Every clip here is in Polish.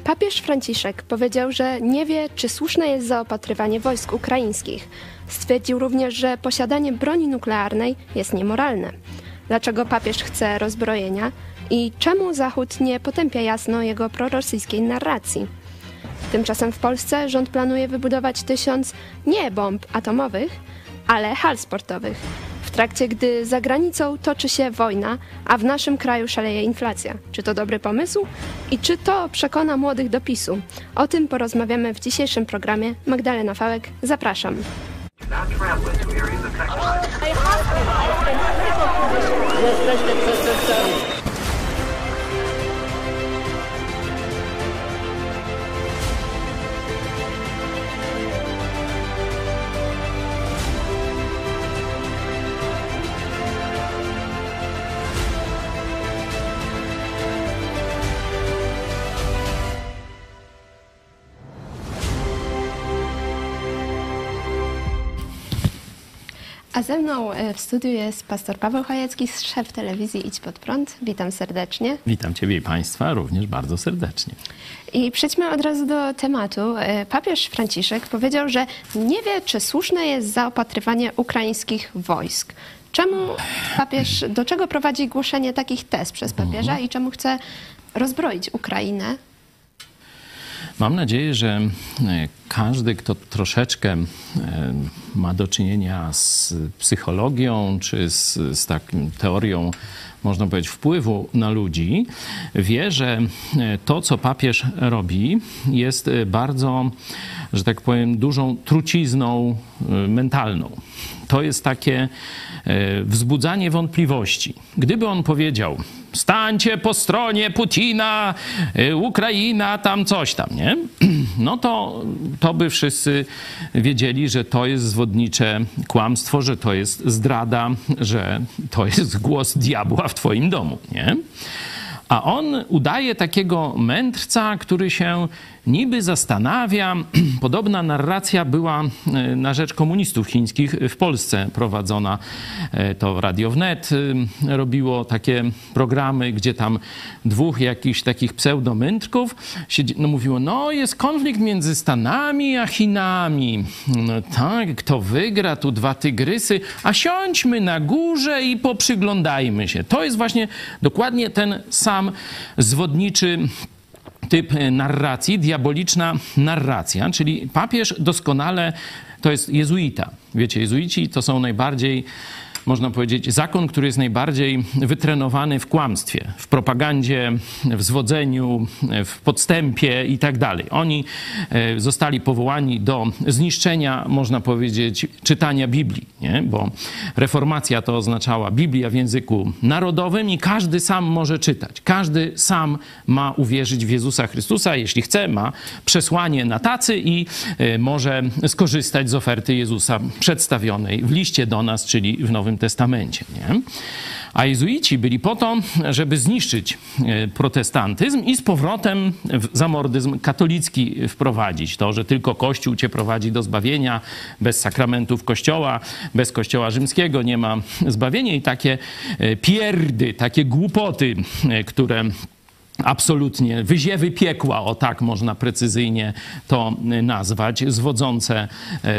Papież Franciszek powiedział, że nie wie, czy słuszne jest zaopatrywanie wojsk ukraińskich. Stwierdził również, że posiadanie broni nuklearnej jest niemoralne. Dlaczego papież chce rozbrojenia i czemu Zachód nie potępia jasno jego prorosyjskiej narracji? Tymczasem w Polsce rząd planuje wybudować 1000 nie bomb atomowych, ale hal sportowych. W trakcie, gdy za granicą toczy się wojna, a w naszym kraju szaleje inflacja. Czy to dobry pomysł? I czy to przekona młodych do PiS-u? O tym porozmawiamy w dzisiejszym programie. Magdalena Fałek, zapraszam. Jesteście przestępcami. A ze mną w studiu jest pastor Paweł Chojecki, szef telewizji Idź Pod Prąd. Witam serdecznie. Witam Ciebie i Państwa również bardzo serdecznie. I przejdźmy od razu do tematu. Papież Franciszek powiedział, że nie wie, czy słuszne jest zaopatrywanie ukraińskich wojsk. Czemu papież, do czego prowadzi głoszenie takich tez przez papieża i czemu chce rozbroić Ukrainę? Mam nadzieję, że każdy, kto troszeczkę ma do czynienia z psychologią czy z taką teorią, można powiedzieć, wpływu na ludzi, wie, że to, co papież robi, jest bardzo, że tak powiem, dużą trucizną mentalną. To jest takie wzbudzanie wątpliwości. Gdyby on powiedział: stańcie po stronie Putina, Ukraina, tam coś tam, nie? No to by wszyscy wiedzieli, że to jest zwodnicze kłamstwo, że to jest zdrada, że to jest głos diabła w twoim domu, nie? A on udaje takiego mędrca, który się niby zastanawia. Podobna narracja była na rzecz komunistów chińskich w Polsce prowadzona. To Radio Wnet robiło takie programy, gdzie tam dwóch jakichś takich pseudomędrków mówiło: no jest konflikt między Stanami a Chinami. No tak, kto wygra, tu 2 tygrysy, a siądźmy na górze i poprzyglądajmy się. To jest właśnie dokładnie ten sam zwodniczy typ narracji, diaboliczna narracja, czyli papież doskonale, to jest jezuita. Wiecie, jezuici to są najbardziej, można powiedzieć, zakon, który jest najbardziej wytrenowany w kłamstwie, w propagandzie, w zwodzeniu, w podstępie i tak dalej. Oni zostali powołani do zniszczenia, można powiedzieć, czytania Biblii, nie? Bo reformacja to oznaczała Biblia w języku narodowym i każdy sam może czytać. Każdy sam ma uwierzyć w Jezusa Chrystusa, jeśli chce, ma przesłanie na tacy i może skorzystać z oferty Jezusa przedstawionej w liście do nas, czyli w Nowym Testamencie, nie? A jezuici byli po to, żeby zniszczyć protestantyzm i z powrotem zamordyzm katolicki wprowadzić. To, że tylko Kościół cię prowadzi do zbawienia, bez sakramentów Kościoła, bez Kościoła rzymskiego nie ma zbawienia i takie pierdy, takie głupoty, które absolutnie wyziewy piekła, o tak można precyzyjnie to nazwać, zwodzące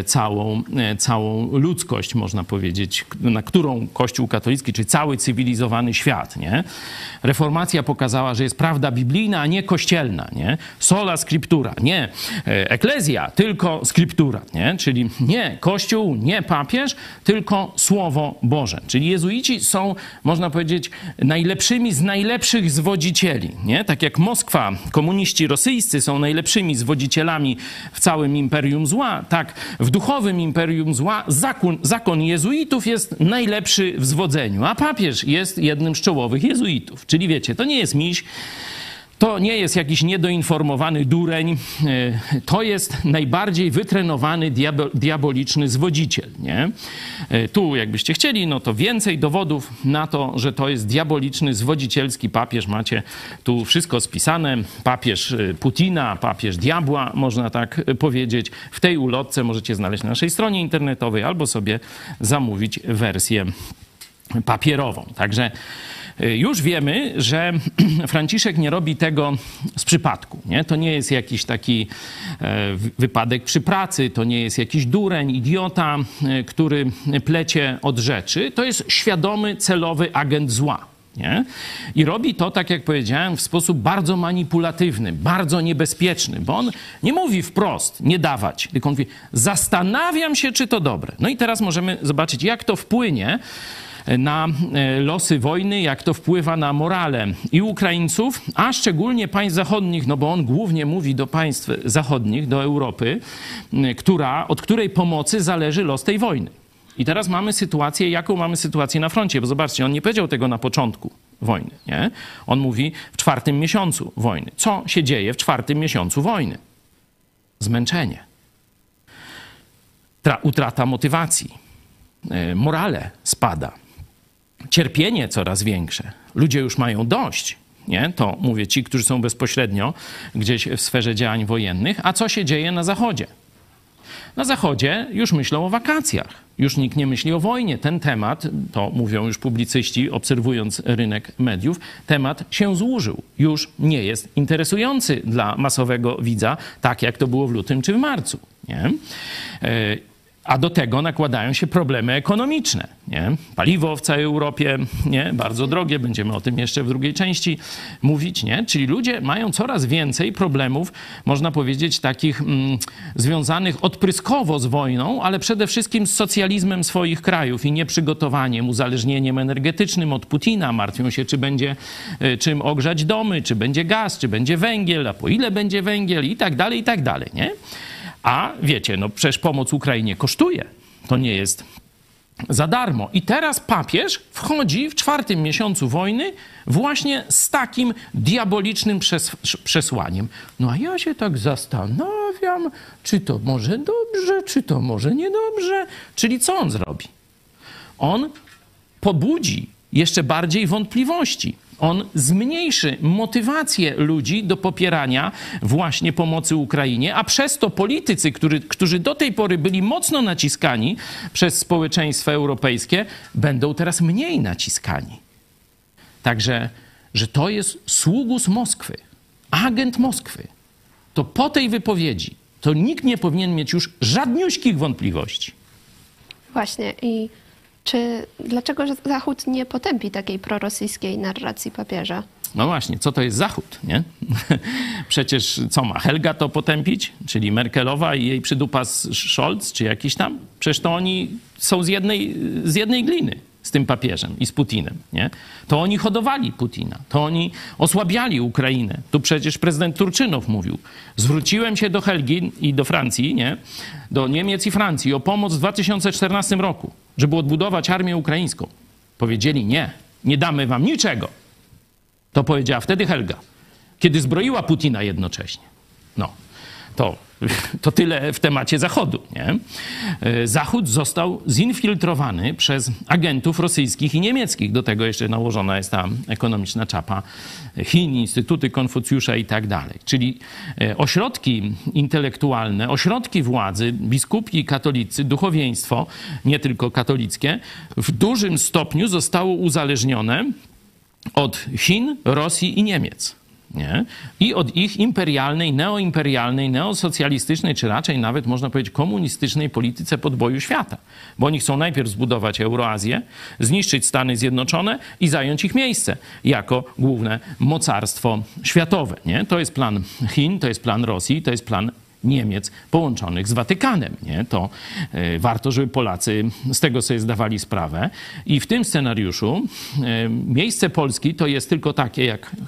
całą ludzkość, można powiedzieć, na którą Kościół katolicki, czy cały cywilizowany świat, nie? Reformacja pokazała, że jest prawda biblijna, a nie kościelna, nie? Sola scriptura, nie eklezja, tylko scriptura, nie? Czyli nie Kościół, nie papież, tylko Słowo Boże. Czyli jezuici są, można powiedzieć, najlepszymi z najlepszych zwodzicieli, nie? Tak jak Moskwa, komuniści rosyjscy są najlepszymi zwodzicielami w całym imperium zła, tak w duchowym imperium zła zakon jezuitów jest najlepszy w zwodzeniu, a papież jest jednym z czołowych jezuitów. Czyli wiecie, to nie jest miś, to nie jest jakiś niedoinformowany dureń, to jest najbardziej wytrenowany diaboliczny zwodziciel, nie? Tu, jakbyście chcieli, no to więcej dowodów na to, że to jest diaboliczny, zwodzicielski papież. Macie tu wszystko spisane. Papież Putina, papież diabła, można tak powiedzieć. W tej ulotce możecie znaleźć na naszej stronie internetowej albo sobie zamówić wersję papierową. Także Już wiemy, że Franciszek nie robi tego z przypadku. Nie? To nie jest jakiś taki wypadek przy pracy, to nie jest jakiś dureń, idiota, który plecie od rzeczy. To jest świadomy, celowy agent zła. Nie? I robi to, tak jak powiedziałem, w sposób bardzo manipulatywny, bardzo niebezpieczny, bo on nie mówi wprost, nie dawać, tylko on mówi, zastanawiam się, czy to dobre. No i teraz możemy zobaczyć, jak to wpłynie na losy wojny, jak to wpływa na morale i Ukraińców, a szczególnie państw zachodnich, no bo on głównie mówi do państw zachodnich, do Europy, od której pomocy zależy los tej wojny. I teraz mamy sytuację, jaką mamy sytuację na froncie, bo zobaczcie, on nie powiedział tego na początku wojny, nie? On mówi w 4. miesiącu wojny. Co się dzieje w 4. miesiącu wojny? Zmęczenie. Utrata motywacji. Morale spada. Cierpienie coraz większe. Ludzie już mają dość. Nie? To mówię ci, którzy są bezpośrednio gdzieś w sferze działań wojennych. A co się dzieje na Zachodzie? Na Zachodzie już myślą o wakacjach. Już nikt nie myśli o wojnie. Ten temat, to mówią już publicyści, obserwując rynek mediów, temat się zużył. Już nie jest interesujący dla masowego widza, tak jak to było w lutym czy w marcu. Nie? A do tego nakładają się problemy ekonomiczne. Nie? Paliwo w całej Europie, nie? Bardzo drogie, będziemy o tym jeszcze w drugiej części mówić. Nie? Czyli ludzie mają coraz więcej problemów, można powiedzieć, takich związanych odpryskowo z wojną, ale przede wszystkim z socjalizmem swoich krajów i nieprzygotowaniem, uzależnieniem energetycznym od Putina. Martwią się, czy będzie czym ogrzać domy, czy będzie gaz, czy będzie węgiel, a po ile będzie węgiel i tak dalej, nie? A wiecie, no przecież pomoc Ukrainie kosztuje. To nie jest za darmo. I teraz papież wchodzi w 4. miesiącu wojny właśnie z takim diabolicznym przesłaniem. No a ja się tak zastanawiam, czy to może dobrze, czy to może niedobrze. Czyli co on zrobi? On pobudzi jeszcze bardziej wątpliwości. On zmniejszy motywację ludzi do popierania właśnie pomocy Ukrainie, a przez to politycy, którzy do tej pory byli mocno naciskani przez społeczeństwo europejskie, będą teraz mniej naciskani. Także, że to jest sługus Moskwy, agent Moskwy, to po tej wypowiedzi to nikt nie powinien mieć już żadniuśkich wątpliwości. Właśnie i dlaczego Zachód nie potępi takiej prorosyjskiej narracji papieża? No właśnie, co to jest Zachód, nie? Przecież co ma Helga to potępić? Czyli Merkelowa i jej przydupas Scholz, czy jakiś tam? Przecież to oni są z jednej gliny z tym papieżem i z Putinem, nie? To oni hodowali Putina, to oni osłabiali Ukrainę. Tu przecież prezydent Turczynow mówił, zwróciłem się do Helgi i do Francji, nie? Do Niemiec i Francji o pomoc w 2014 roku, żeby odbudować armię ukraińską. Powiedzieli nie damy wam niczego. To powiedziała wtedy Helga, kiedy zbroiła Putina jednocześnie. No, to tyle w temacie Zachodu, nie? Zachód został zinfiltrowany przez agentów rosyjskich i niemieckich. Do tego jeszcze nałożona jest ta ekonomiczna czapa Chin, Instytuty Konfucjusza i tak dalej. Czyli ośrodki intelektualne, ośrodki władzy, biskupi katolicy, duchowieństwo, nie tylko katolickie, w dużym stopniu zostało uzależnione od Chin, Rosji i Niemiec. Nie? I od ich imperialnej, neoimperialnej, neosocjalistycznej, czy raczej nawet można powiedzieć komunistycznej polityce podboju świata. Bo oni chcą najpierw zbudować Euroazję, zniszczyć Stany Zjednoczone i zająć ich miejsce jako główne mocarstwo światowe. Nie? To jest plan Chin, to jest plan Rosji, to jest plan Niemiec połączonych z Watykanem. Nie? To warto, żeby Polacy z tego sobie zdawali sprawę. I w tym scenariuszu miejsce Polski to jest tylko takie,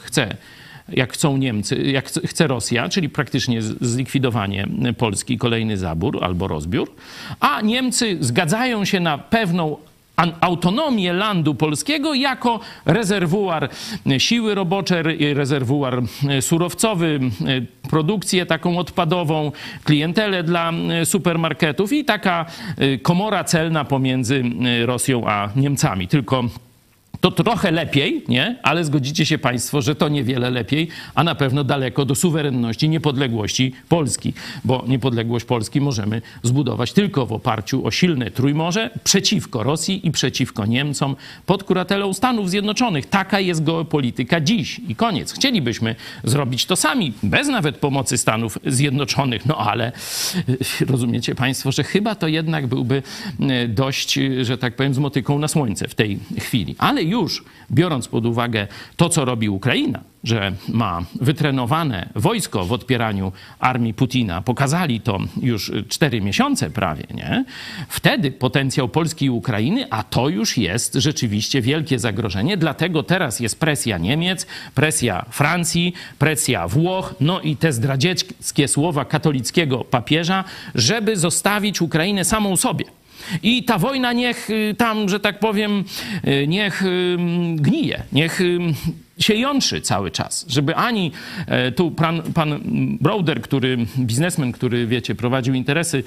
jak chcą Niemcy, jak chce Rosja, czyli praktycznie zlikwidowanie Polski, kolejny zabór albo rozbiór, a Niemcy zgadzają się na pewną autonomię landu polskiego jako rezerwuar siły roboczej, rezerwuar surowcowy, produkcję taką odpadową, klientelę dla supermarketów i taka komora celna pomiędzy Rosją a Niemcami. Tylko To trochę lepiej, nie? Ale zgodzicie się państwo, że to niewiele lepiej, a na pewno daleko do suwerenności, niepodległości Polski. Bo niepodległość Polski możemy zbudować tylko w oparciu o silne Trójmorze przeciwko Rosji i przeciwko Niemcom pod kuratelą Stanów Zjednoczonych. Taka jest geopolityka dziś i koniec. Chcielibyśmy zrobić to sami, bez nawet pomocy Stanów Zjednoczonych, no ale rozumiecie państwo, że chyba to jednak byłby dość, że tak powiem, z motyką na słońce w tej chwili. Ale już biorąc pod uwagę to, co robi Ukraina, że ma wytrenowane wojsko w odpieraniu armii Putina, pokazali to już 4 miesiące prawie, nie? Wtedy potencjał Polski i Ukrainy, a to już jest rzeczywiście wielkie zagrożenie, dlatego teraz jest presja Niemiec, presja Francji, presja Włoch, no i te zdradzieckie słowa katolickiego papieża, żeby zostawić Ukrainę samą sobie. I ta wojna niech tam, że tak powiem, niech gnije, niech się jątrzy cały czas, żeby ani tu pan Browder, biznesmen, który, wiecie, prowadził interesy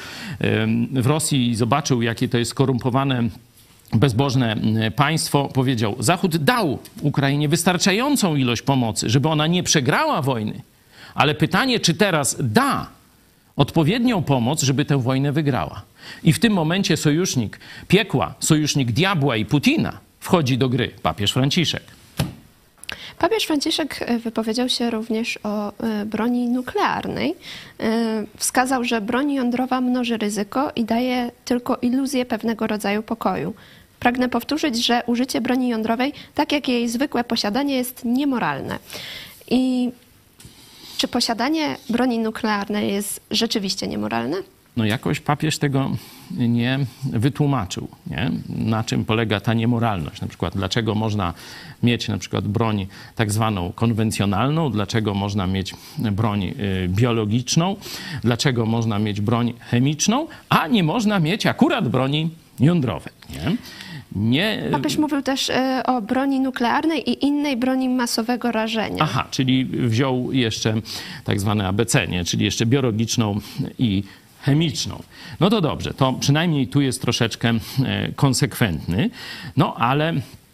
w Rosji i zobaczył, jakie to jest skorumpowane, bezbożne państwo, powiedział, Zachód dał Ukrainie wystarczającą ilość pomocy, żeby ona nie przegrała wojny, ale pytanie, czy teraz da odpowiednią pomoc, żeby tę wojnę wygrała. I w tym momencie sojusznik piekła, sojusznik diabła i Putina wchodzi do gry, papież Franciszek. Papież Franciszek wypowiedział się również o broni nuklearnej. Wskazał, że broń jądrowa mnoży ryzyko i daje tylko iluzję pewnego rodzaju pokoju. Pragnę powtórzyć, że użycie broni jądrowej, tak jak jej zwykłe posiadanie, jest niemoralne. I czy posiadanie broni nuklearnej jest rzeczywiście niemoralne? No jakoś papież tego nie wytłumaczył, nie? Na czym polega ta niemoralność. Na przykład dlaczego można mieć na przykład broń tak zwaną konwencjonalną, dlaczego można mieć broń biologiczną, dlaczego można mieć broń chemiczną, a nie można mieć akurat broni jądrowej, nie? Papież mówił też o broni nuklearnej i innej broni masowego rażenia. Aha, czyli wziął jeszcze tak zwane ABC, nie? Czyli jeszcze biologiczną i chemiczną. No to dobrze, to przynajmniej tu jest troszeczkę konsekwentny. No ale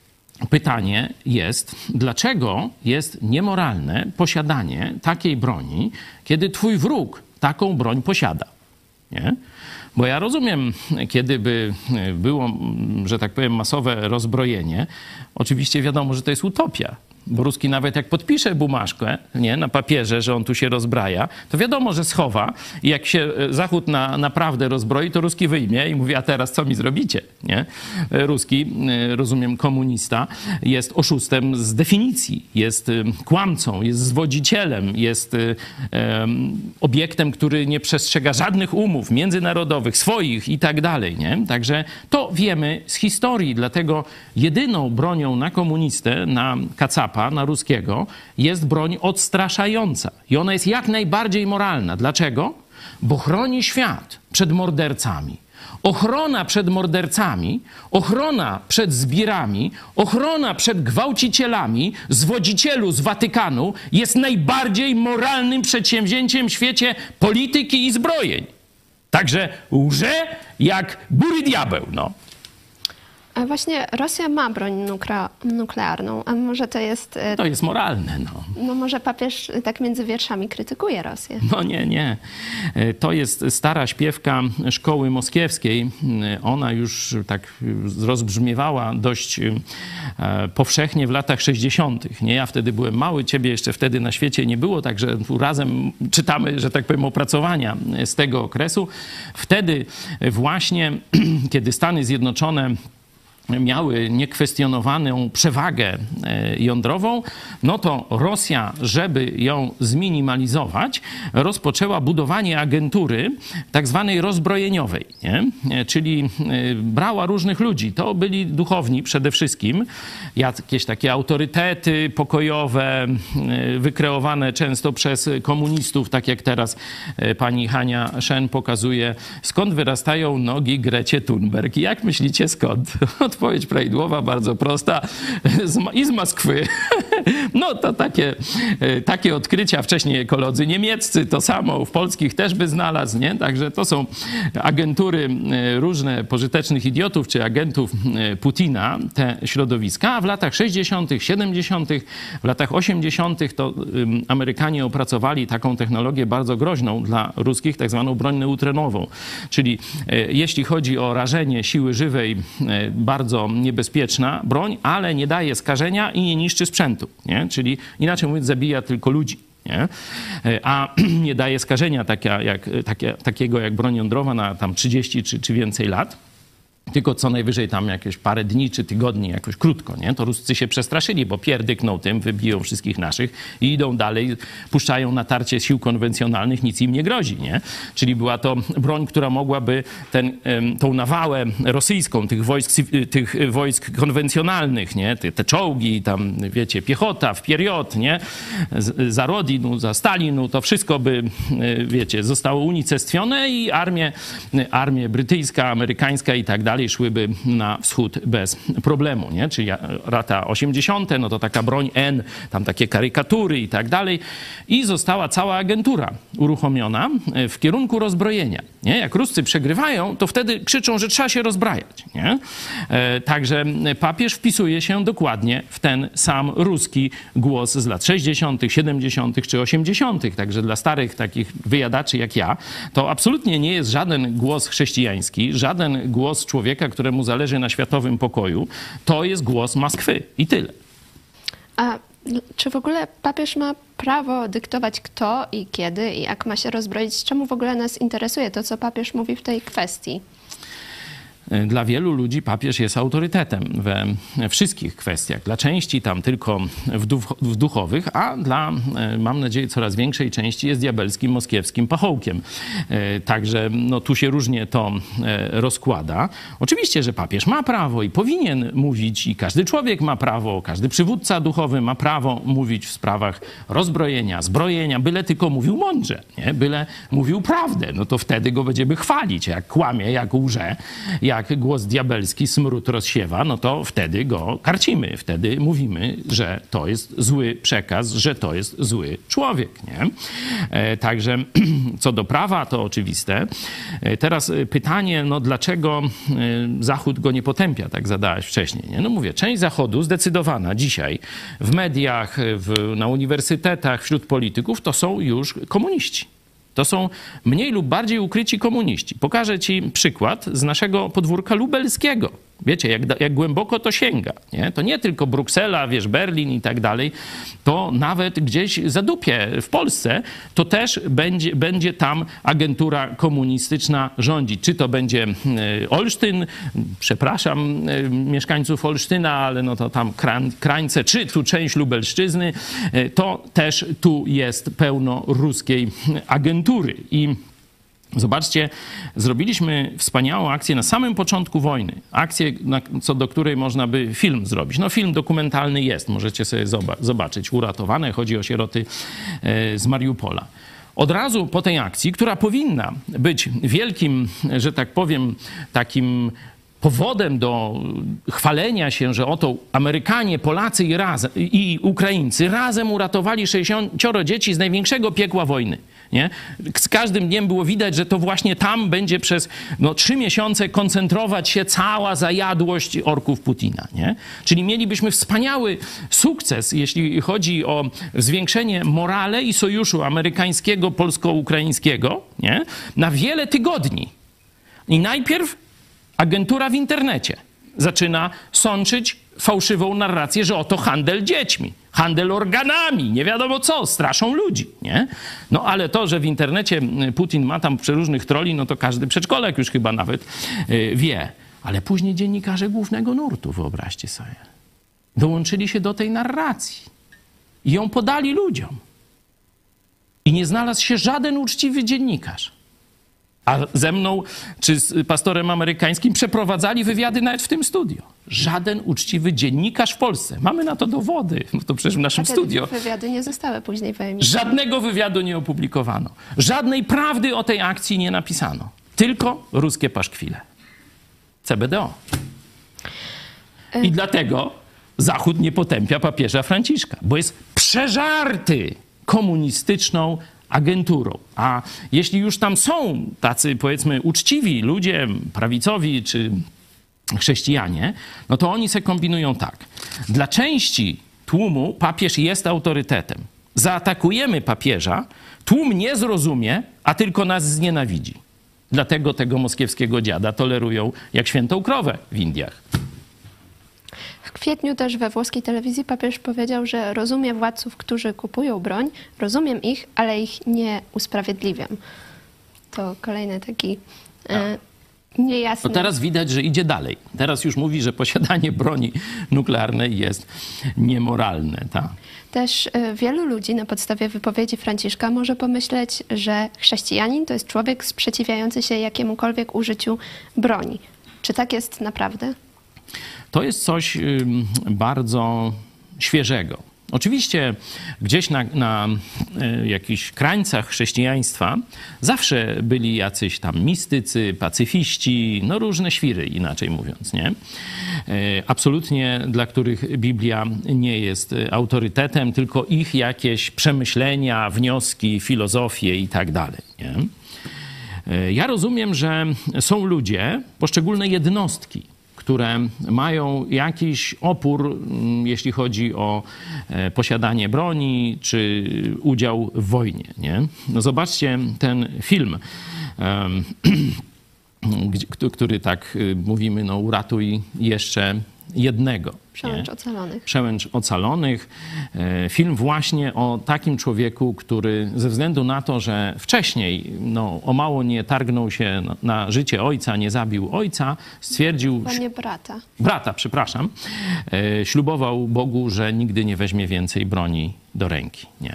pytanie jest, dlaczego jest niemoralne posiadanie takiej broni, kiedy twój wróg taką broń posiada? Nie? Bo ja rozumiem, kiedy by było, że tak powiem, masowe rozbrojenie, oczywiście wiadomo, że to jest utopia. Bo Ruski nawet jak podpisze bumaszkę, nie, na papierze, że on tu się rozbraja, to wiadomo, że schowa i jak się Zachód naprawdę rozbroi, to Ruski wyjmie i mówi, a teraz co mi zrobicie? Nie? Ruski, rozumiem, komunista, jest oszustem z definicji, jest kłamcą, jest zwodzicielem, jest obiektem, który nie przestrzega żadnych umów międzynarodowych, swoich i tak dalej. Nie? Także to wiemy z historii, dlatego jedyną bronią na komunistę, na kacapa, na ruskiego, jest broń odstraszająca. I ona jest jak najbardziej moralna. Dlaczego? Bo chroni świat przed mordercami. Ochrona przed mordercami, ochrona przed zbirami, ochrona przed gwałcicielami, zwodzicielu z Watykanu jest najbardziej moralnym przedsięwzięciem w świecie polityki i zbrojeń. Także łże jak bury diabeł, no. A właśnie Rosja ma broń nuklearną, a może to jest... To jest moralne, no. No może papież tak między wierszami krytykuje Rosję. No nie. To jest stara śpiewka szkoły moskiewskiej. Ona już tak rozbrzmiewała dość powszechnie w latach 60. Nie, ja wtedy byłem mały, ciebie jeszcze wtedy na świecie nie było, także tu razem czytamy, że tak powiem, opracowania z tego okresu. Wtedy właśnie, kiedy Stany Zjednoczone miały niekwestionowaną przewagę jądrową, no to Rosja, żeby ją zminimalizować, rozpoczęła budowanie agentury tak zwanej rozbrojeniowej, nie? Czyli brała różnych ludzi. To byli duchowni przede wszystkim, jakieś takie autorytety pokojowe, wykreowane często przez komunistów, tak jak teraz pani Hania Szen pokazuje, skąd wyrastają nogi Grecie Thunberg. I jak myślicie, skąd? Od odpowiedź prawidłowa, bardzo prosta. I z Moskwy. No to takie odkrycia. Wcześniej ekolodzy niemieccy to samo, w polskich też by znalazł, nie? Także to są agentury różne pożytecznych idiotów, czy agentów Putina, te środowiska. A w latach 60., 70., w latach 80. to Amerykanie opracowali taką technologię bardzo groźną dla ruskich, tak zwaną broń neutronową. Czyli jeśli chodzi o rażenie siły żywej, bardzo niebezpieczna broń, ale nie daje skażenia i nie niszczy sprzętu. Nie? Czyli inaczej mówiąc, zabija tylko ludzi. Nie? A nie daje skażenia takiego jak broń jądrowa na tam 30 czy więcej lat. Tylko co najwyżej tam jakieś parę dni czy tygodni, jakoś krótko, nie? To Ruscy się przestraszyli, bo pierdykną tym, wybiją wszystkich naszych i idą dalej, puszczają natarcie sił konwencjonalnych, nic im nie grozi, nie? Czyli była to broń, która mogłaby tą nawałę rosyjską, tych wojsk konwencjonalnych, nie? Te czołgi, tam wiecie, piechota, wpierjot, nie? Za Rodinu, za Stalinu, to wszystko by, wiecie, zostało unicestwione i armie brytyjska, amerykańska i tak dalej szłyby na wschód bez problemu, nie? Czyli lata 80., no to taka broń N, tam takie karykatury i tak dalej. I została cała agentura uruchomiona w kierunku rozbrojenia, nie? Jak Ruscy przegrywają, to wtedy krzyczą, że trzeba się rozbrajać, nie? Także papież wpisuje się dokładnie w ten sam ruski głos z lat 60., 70. czy 80. Także dla starych takich wyjadaczy jak ja, to absolutnie nie jest żaden głos chrześcijański, żaden głos człowieka, któremu zależy na światowym pokoju. To jest głos Moskwy i tyle. A czy w ogóle papież ma prawo dyktować kto i kiedy i jak ma się rozbroić? Czemu w ogóle nas interesuje to, co papież mówi w tej kwestii? Dla wielu ludzi papież jest autorytetem we wszystkich kwestiach. Dla części tam tylko w duchowych, a dla, mam nadzieję, coraz większej części jest diabelskim, moskiewskim pachołkiem. Także no, tu się różnie to rozkłada. Oczywiście, że papież ma prawo i powinien mówić, i każdy człowiek ma prawo, każdy przywódca duchowy ma prawo mówić w sprawach rozbrojenia, zbrojenia, byle tylko mówił mądrze, nie? Byle mówił prawdę. No to wtedy go będziemy chwalić. Jak kłamie, jak łże, jak głos diabelski smród rozsiewa, no to wtedy go karcimy. Wtedy mówimy, że to jest zły przekaz, że to jest zły człowiek, nie? Także co do prawa, to oczywiste. Teraz pytanie, no dlaczego Zachód go nie potępia, tak zadałeś wcześniej, nie? No mówię, część Zachodu zdecydowana dzisiaj w mediach, na uniwersytetach, wśród polityków, to są już komuniści. To są mniej lub bardziej ukryci komuniści. Pokażę ci przykład z naszego podwórka lubelskiego. Wiecie, jak głęboko to sięga, nie? To nie tylko Bruksela, wiesz, Berlin i tak dalej, to nawet gdzieś za dupie w Polsce, to też będzie tam agentura komunistyczna rządzić. Czy to będzie Olsztyn, przepraszam mieszkańców Olsztyna, ale no to tam krańce, czy tu część Lubelszczyzny, to też tu jest pełno ruskiej agentury. I zobaczcie, zrobiliśmy wspaniałą akcję na samym początku wojny. Akcję, co do której można by film zrobić. No film dokumentalny jest, możecie sobie zobaczyć. Uratowane, chodzi o sieroty z Mariupola. Od razu po tej akcji, która powinna być wielkim, że tak powiem, takim powodem do chwalenia się, że oto Amerykanie, Polacy i Ukraińcy razem uratowali 60 dzieci z największego piekła wojny. Nie? Z każdym dniem było widać, że to właśnie tam będzie przez 3 miesiące koncentrować się cała zajadłość orków Putina. Nie? Czyli mielibyśmy wspaniały sukces, jeśli chodzi o zwiększenie morale i sojuszu amerykańskiego, polsko-ukraińskiego, nie? Na wiele tygodni. I najpierw agentura w internecie zaczyna sączyć fałszywą narrację, że oto handel dziećmi, handel organami, nie wiadomo co, straszą ludzi, nie? No ale to, że w internecie Putin ma tam przeróżnych troli, no to każdy przedszkolek już chyba nawet wie. Ale później dziennikarze głównego nurtu, wyobraźcie sobie, dołączyli się do tej narracji i ją podali ludziom. I nie znalazł się żaden uczciwy dziennikarz. A ze mną, czy z pastorem amerykańskim przeprowadzali wywiady nawet w tym studio. Żaden uczciwy dziennikarz w Polsce. Mamy na to dowody. No to przecież w naszym studio. Wywiady nie zostały później wyemitowane. Żadnego wywiadu nie opublikowano. Żadnej prawdy o tej akcji nie napisano. Tylko ruskie paszkwile. CBDO. I dlatego Zachód nie potępia papieża Franciszka, bo jest przeżarty komunistyczną agenturą. A jeśli już tam są tacy, powiedzmy, uczciwi ludzie, prawicowi czy chrześcijanie, no to oni se kombinują tak. Dla części tłumu papież jest autorytetem. Zaatakujemy papieża, tłum nie zrozumie, a tylko nas znienawidzi. Dlatego tego moskiewskiego dziada tolerują jak świętą krowę w Indiach. W kwietniu też we włoskiej telewizji papież powiedział, że rozumie władców, którzy kupują broń, rozumiem ich, ale ich nie usprawiedliwiam. To kolejny taki niejasny... No teraz widać, że idzie dalej. Teraz już mówi, że posiadanie broni nuklearnej jest niemoralne. Tak? Też wielu ludzi na podstawie wypowiedzi Franciszka może pomyśleć, że chrześcijanin to jest człowiek sprzeciwiający się jakiemukolwiek użyciu broni. Czy tak jest naprawdę? To jest coś bardzo świeżego. Oczywiście gdzieś na jakichś krańcach chrześcijaństwa zawsze byli jacyś tam mistycy, pacyfiści, no różne świry, inaczej mówiąc, nie? Absolutnie dla których Biblia nie jest autorytetem, tylko ich jakieś przemyślenia, wnioski, filozofie i tak dalej, nie? Ja rozumiem, że są ludzie, poszczególne jednostki, które mają jakiś opór, jeśli chodzi o posiadanie broni czy udział w wojnie. Nie? No zobaczcie ten film, który tak mówimy, no uratuj jeszcze jednego. Przełęcz ocalonych. Przełęcz ocalonych. Film właśnie o takim człowieku, który ze względu na to, że wcześniej o mało nie targnął się na życie ojca, nie zabił ojca, stwierdził... Panie brata. Brata, przepraszam. Ślubował Bogu, że nigdy nie weźmie więcej broni do ręki. Nie?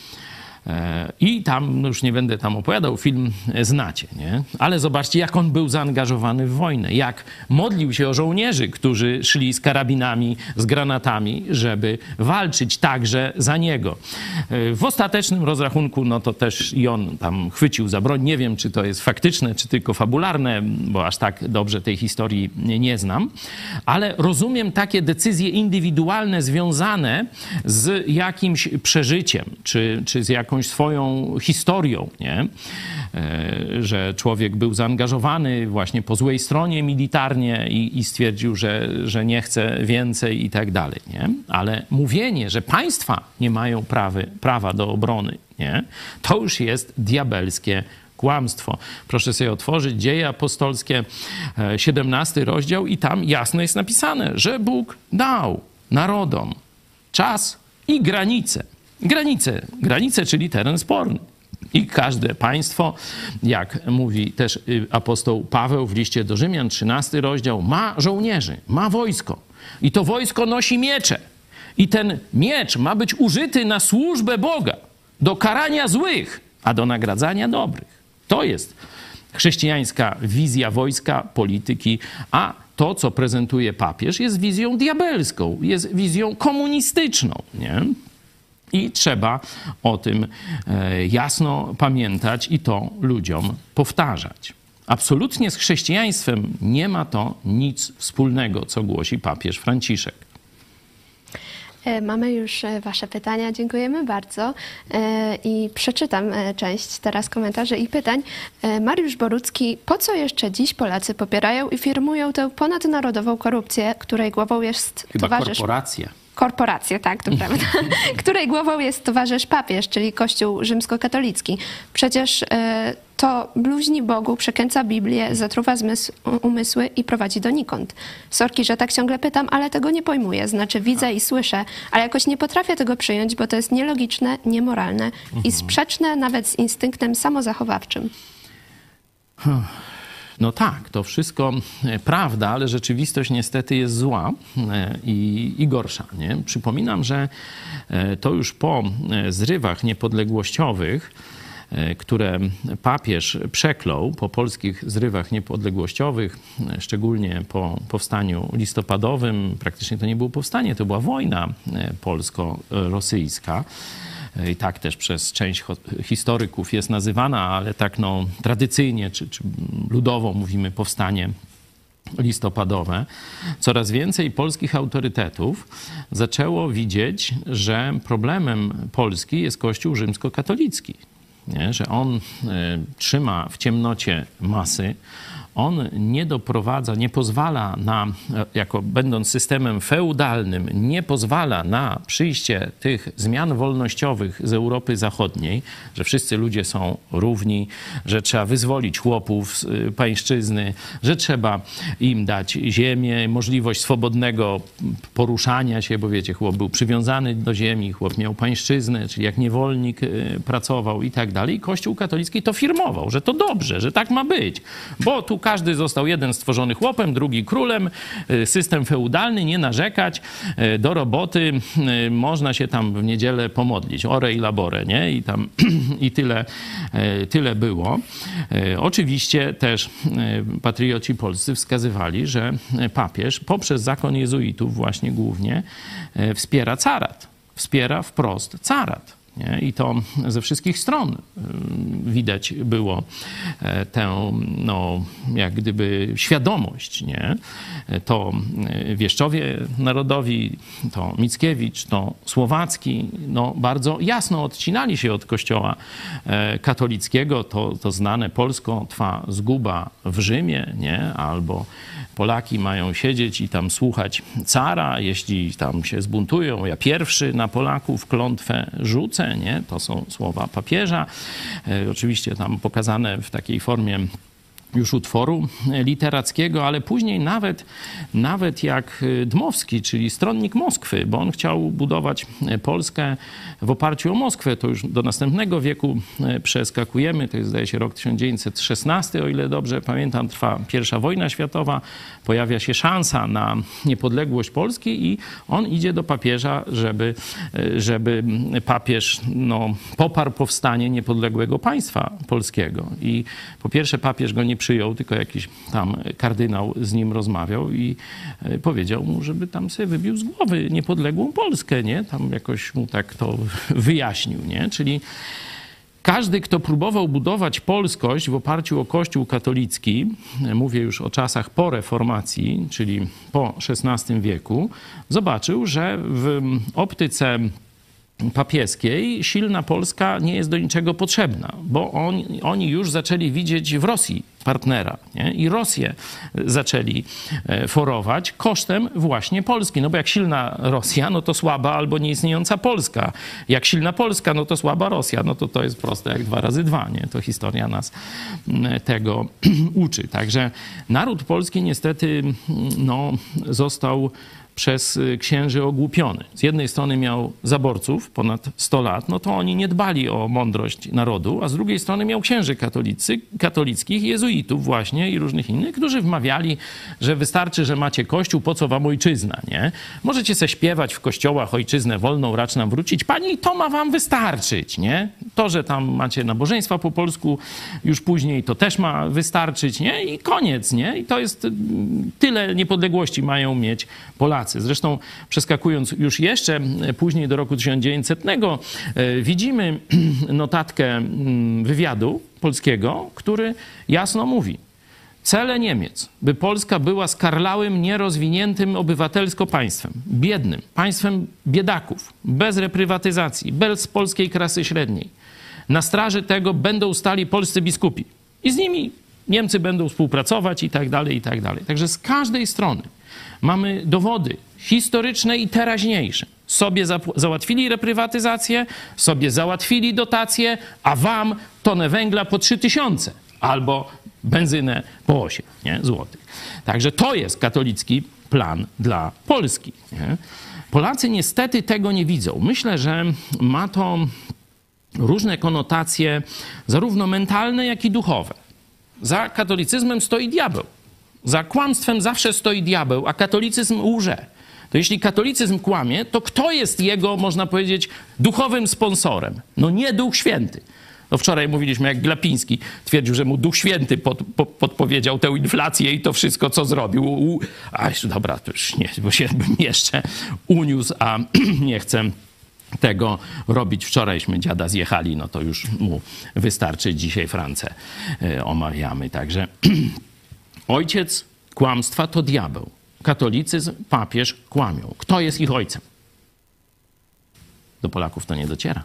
I tam, no już nie będę tam opowiadał, film znacie, nie? Ale zobaczcie, jak on był zaangażowany w wojnę, jak modlił się o żołnierzy, którzy szli z karabinami, z granatami, żeby walczyć także za niego. W ostatecznym rozrachunku, no to też i on tam chwycił za broń. Nie wiem, czy to jest faktyczne, czy tylko fabularne, bo aż tak dobrze tej historii nie znam, ale rozumiem takie decyzje indywidualne związane z jakimś przeżyciem, czy z jakąś swoją historią, nie? Że człowiek był zaangażowany właśnie po złej stronie militarnie i stwierdził, że nie chce więcej i tak dalej. Nie? Ale mówienie, że państwa nie mają prawa do obrony, nie? To już jest diabelskie kłamstwo. Proszę sobie otworzyć Dzieje Apostolskie, 17 rozdział i tam jasno jest napisane, że Bóg dał narodom czas i granice. Granice, czyli teren sporny. I każde państwo, jak mówi też apostoł Paweł w liście do Rzymian, 13 rozdział, ma żołnierzy, ma wojsko. I to wojsko nosi miecze. I ten miecz ma być użyty na służbę Boga, do karania złych, a do nagradzania dobrych. To jest chrześcijańska wizja wojska, polityki, a to, co prezentuje papież, jest wizją diabelską, jest wizją komunistyczną, nie? I trzeba o tym jasno pamiętać i to ludziom powtarzać. Absolutnie z chrześcijaństwem nie ma to nic wspólnego, co głosi papież Franciszek. Mamy już wasze pytania, dziękujemy bardzo. I przeczytam część teraz komentarzy i pytań. Mariusz Borucki, po co jeszcze dziś Polacy popierają i firmują tę ponadnarodową korupcję, której głową jest towarzysz... Korporację, tak, to prawda, której głową jest towarzysz papież, czyli Kościół rzymskokatolicki. Przecież to bluźni Bogu, przekręca Biblię, zatruwa umysły i prowadzi donikąd. Sorki, że tak ciągle pytam, ale tego nie pojmuję. Znaczy widzę i słyszę, ale jakoś nie potrafię tego przyjąć, bo to jest nielogiczne, niemoralne i sprzeczne nawet z instynktem samozachowawczym. No tak, to wszystko prawda, ale rzeczywistość niestety jest zła i gorsza. Nie? Przypominam, że to już po zrywach niepodległościowych, które papież przeklął, po polskich zrywach niepodległościowych, szczególnie po powstaniu listopadowym, praktycznie to nie było powstanie, to była wojna polsko-rosyjska. I tak też przez część historyków jest nazywana, ale tak tradycyjnie czy ludowo mówimy powstanie listopadowe, coraz więcej polskich autorytetów zaczęło widzieć, że problemem Polski jest Kościół rzymskokatolicki. Nie? Że on trzyma w ciemnocie masy, on nie doprowadza, nie pozwala na, jako będąc systemem feudalnym, nie pozwala na przyjście tych zmian wolnościowych z Europy Zachodniej, że wszyscy ludzie są równi, że trzeba wyzwolić chłopów z pańszczyzny, że trzeba im dać ziemię, możliwość swobodnego poruszania się, bo wiecie, chłop był przywiązany do ziemi, chłop miał pańszczyznę, czyli jak niewolnik pracował i tak dalej. I Kościół katolicki to firmował, że to dobrze, że tak ma być, bo tu każdy został jeden stworzony chłopem, drugi królem, system feudalny, nie narzekać, do roboty, można się tam w niedzielę pomodlić, ore i labore, nie? I tam i tyle było. Oczywiście też patrioci polscy wskazywali, że papież poprzez zakon jezuitów właśnie głównie wspiera carat, wspiera wprost carat. Nie? I to ze wszystkich stron widać było tę, no, jak gdyby świadomość, nie? To Wieszczowie Narodowi, to Mickiewicz, to Słowacki, no, bardzo jasno odcinali się od Kościoła katolickiego. To znane Polsko trwa zguba w Rzymie, nie? Albo Polaki mają siedzieć i tam słuchać cara, jeśli tam się zbuntują, ja pierwszy na Polaków klątwę rzucę, nie? To są słowa papieża. Oczywiście tam pokazane w takiej formie już utworu literackiego, ale później nawet jak Dmowski, czyli stronnik Moskwy, bo on chciał budować Polskę w oparciu o Moskwę. To już do następnego wieku przeskakujemy. To jest, zdaje się, rok 1916, o ile dobrze pamiętam, trwa I wojna światowa. Pojawia się szansa na niepodległość Polski i on idzie do papieża, żeby papież no, poparł powstanie niepodległego państwa polskiego. I po pierwsze papież go nie przyjął, tylko jakiś tam kardynał z nim rozmawiał i powiedział mu, żeby tam sobie wybił z głowy niepodległą Polskę, nie? Tam jakoś mu tak to wyjaśnił, nie? Czyli każdy, kto próbował budować polskość w oparciu o Kościół katolicki, mówię już o czasach po reformacji, czyli po XVI wieku, zobaczył, że w optyce papieskiej silna Polska nie jest do niczego potrzebna, bo oni już zaczęli widzieć w Rosji partnera, nie? I Rosję zaczęli forować kosztem właśnie Polski. No bo jak silna Rosja, no to słaba albo nieistniejąca Polska. Jak silna Polska, no to słaba Rosja. No to jest proste jak 2 razy 2, nie? To historia nas tego uczy. Także naród polski niestety no, został przez księży ogłupiony. Z jednej strony miał zaborców ponad 100 lat, no to oni nie dbali o mądrość narodu, a z drugiej strony miał księży katolickich, jezuitów właśnie i różnych innych, którzy wmawiali, że wystarczy, że macie kościół, po co wam ojczyzna, nie? Możecie se śpiewać w kościołach ojczyznę wolną, racz nam wrócić. Pani, to ma wam wystarczyć, nie? To, że tam macie nabożeństwa po polsku już później, to też ma wystarczyć, nie? I koniec, nie? I to jest tyle niepodległości mają mieć Polacy. Zresztą przeskakując już jeszcze później do roku 1900, widzimy notatkę wywiadu polskiego, który jasno mówi: cele Niemiec, by Polska była skarlałym, nierozwiniętym obywatelsko państwem, biednym, państwem biedaków, bez reprywatyzacji, bez polskiej klasy średniej. Na straży tego będą stali polscy biskupi i z nimi Niemcy będą współpracować i tak dalej, i tak dalej. Także z każdej strony mamy dowody historyczne i teraźniejsze. Sobie załatwili reprywatyzację, sobie załatwili dotacje, a wam tonę węgla po 3000 albo benzynę po 8 złotych. Także to jest katolicki plan dla Polski. Nie? Polacy niestety tego nie widzą. Myślę, że ma to różne konotacje, zarówno mentalne, jak i duchowe. Za katolicyzmem stoi diabeł. Za kłamstwem zawsze stoi diabeł, a katolicyzm łże. To jeśli katolicyzm kłamie, to kto jest jego, można powiedzieć, duchowym sponsorem? No nie Duch Święty. No wczoraj mówiliśmy, jak Glapiński twierdził, że mu Duch Święty podpowiedział tę inflację i to wszystko, co zrobił. Dobra, to już nie, bo się bym jeszcze uniósł, a nie chcę tego robić. Wczorajśmy dziada zjechali, no to już mu wystarczy. Dzisiaj Francę omawiamy. Także ojciec kłamstwa to diabeł. Katolicyzm, papież kłamią. Kto jest ich ojcem? Do Polaków to nie dociera.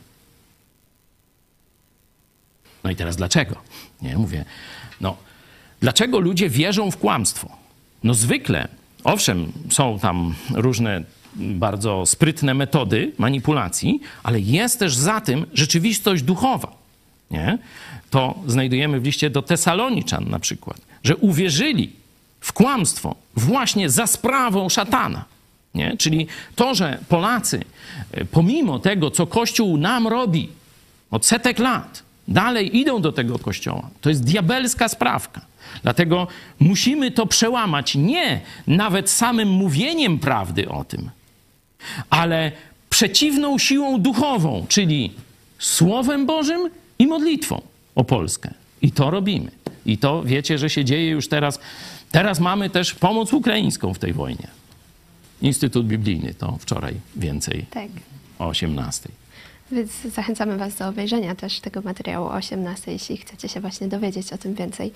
No i teraz dlaczego? Nie, mówię, no dlaczego ludzie wierzą w kłamstwo? No zwykle, owszem, są tam różne bardzo sprytne metody manipulacji, ale jest też za tym rzeczywistość duchowa. Nie? To znajdujemy w liście do Tesaloniczan na przykład, że uwierzyli w kłamstwo właśnie za sprawą szatana. Nie? Czyli to, że Polacy pomimo tego, co Kościół nam robi od setek lat, dalej idą do tego Kościoła, to jest diabelska sprawka. Dlatego musimy to przełamać nie nawet samym mówieniem prawdy o tym, ale przeciwną siłą duchową, czyli Słowem Bożym i modlitwą o Polskę. I to robimy. I to wiecie, że się dzieje już teraz. Teraz mamy też pomoc ukraińską w tej wojnie. Instytut Biblijny to wczoraj więcej Tak. o 18:00. Więc zachęcamy Was do obejrzenia też tego materiału o 18:00, jeśli chcecie się właśnie dowiedzieć o tym więcej.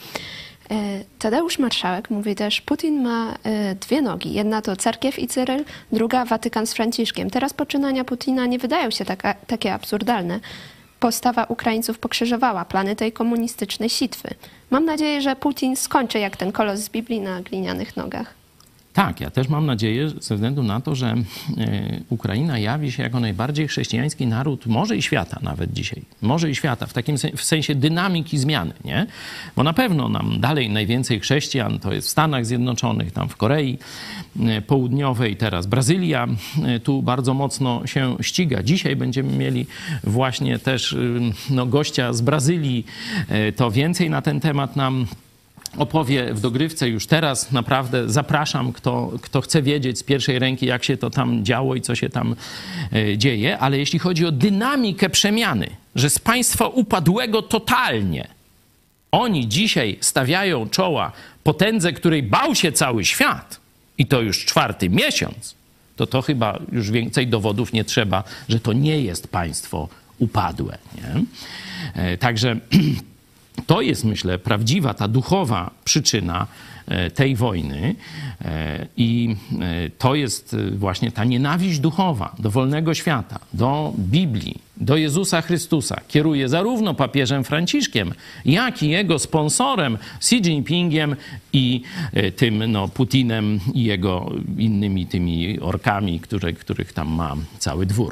Tadeusz Marszałek mówi też, Putin ma dwie nogi. Jedna to cerkiew i Cyryl, druga Watykan z Franciszkiem. Teraz poczynania Putina nie wydają się takie absurdalne. Postawa Ukraińców pokrzyżowała plany tej komunistycznej sitwy. Mam nadzieję, że Putin skończy jak ten kolos z Biblii na glinianych nogach. Tak, ja też mam nadzieję, ze względu na to, że Ukraina jawi się jako najbardziej chrześcijański naród, może i świata nawet dzisiaj, może i świata, w takim w sensie dynamiki zmiany, nie? Bo na pewno nam dalej najwięcej chrześcijan to jest w Stanach Zjednoczonych, tam w Korei Południowej, teraz Brazylia tu bardzo mocno się ściga. Dzisiaj będziemy mieli właśnie też gościa z Brazylii, to więcej na ten temat nam opowie w dogrywce już teraz. Naprawdę zapraszam, kto chce wiedzieć z pierwszej ręki, jak się to tam działo i co się tam dzieje. Ale jeśli chodzi o dynamikę przemiany, że z państwa upadłego totalnie oni dzisiaj stawiają czoła potędze, której bał się cały świat i to już 4. miesiąc, to chyba już więcej dowodów nie trzeba, że to nie jest państwo upadłe. Nie? Także to jest, myślę, prawdziwa, ta duchowa przyczyna tej wojny i to jest właśnie ta nienawiść duchowa do wolnego świata, do Biblii, do Jezusa Chrystusa. Kieruje zarówno papieżem Franciszkiem, jak i jego sponsorem Xi Jinpingiem i tym Putinem i jego innymi tymi orkami, których tam ma cały dwór.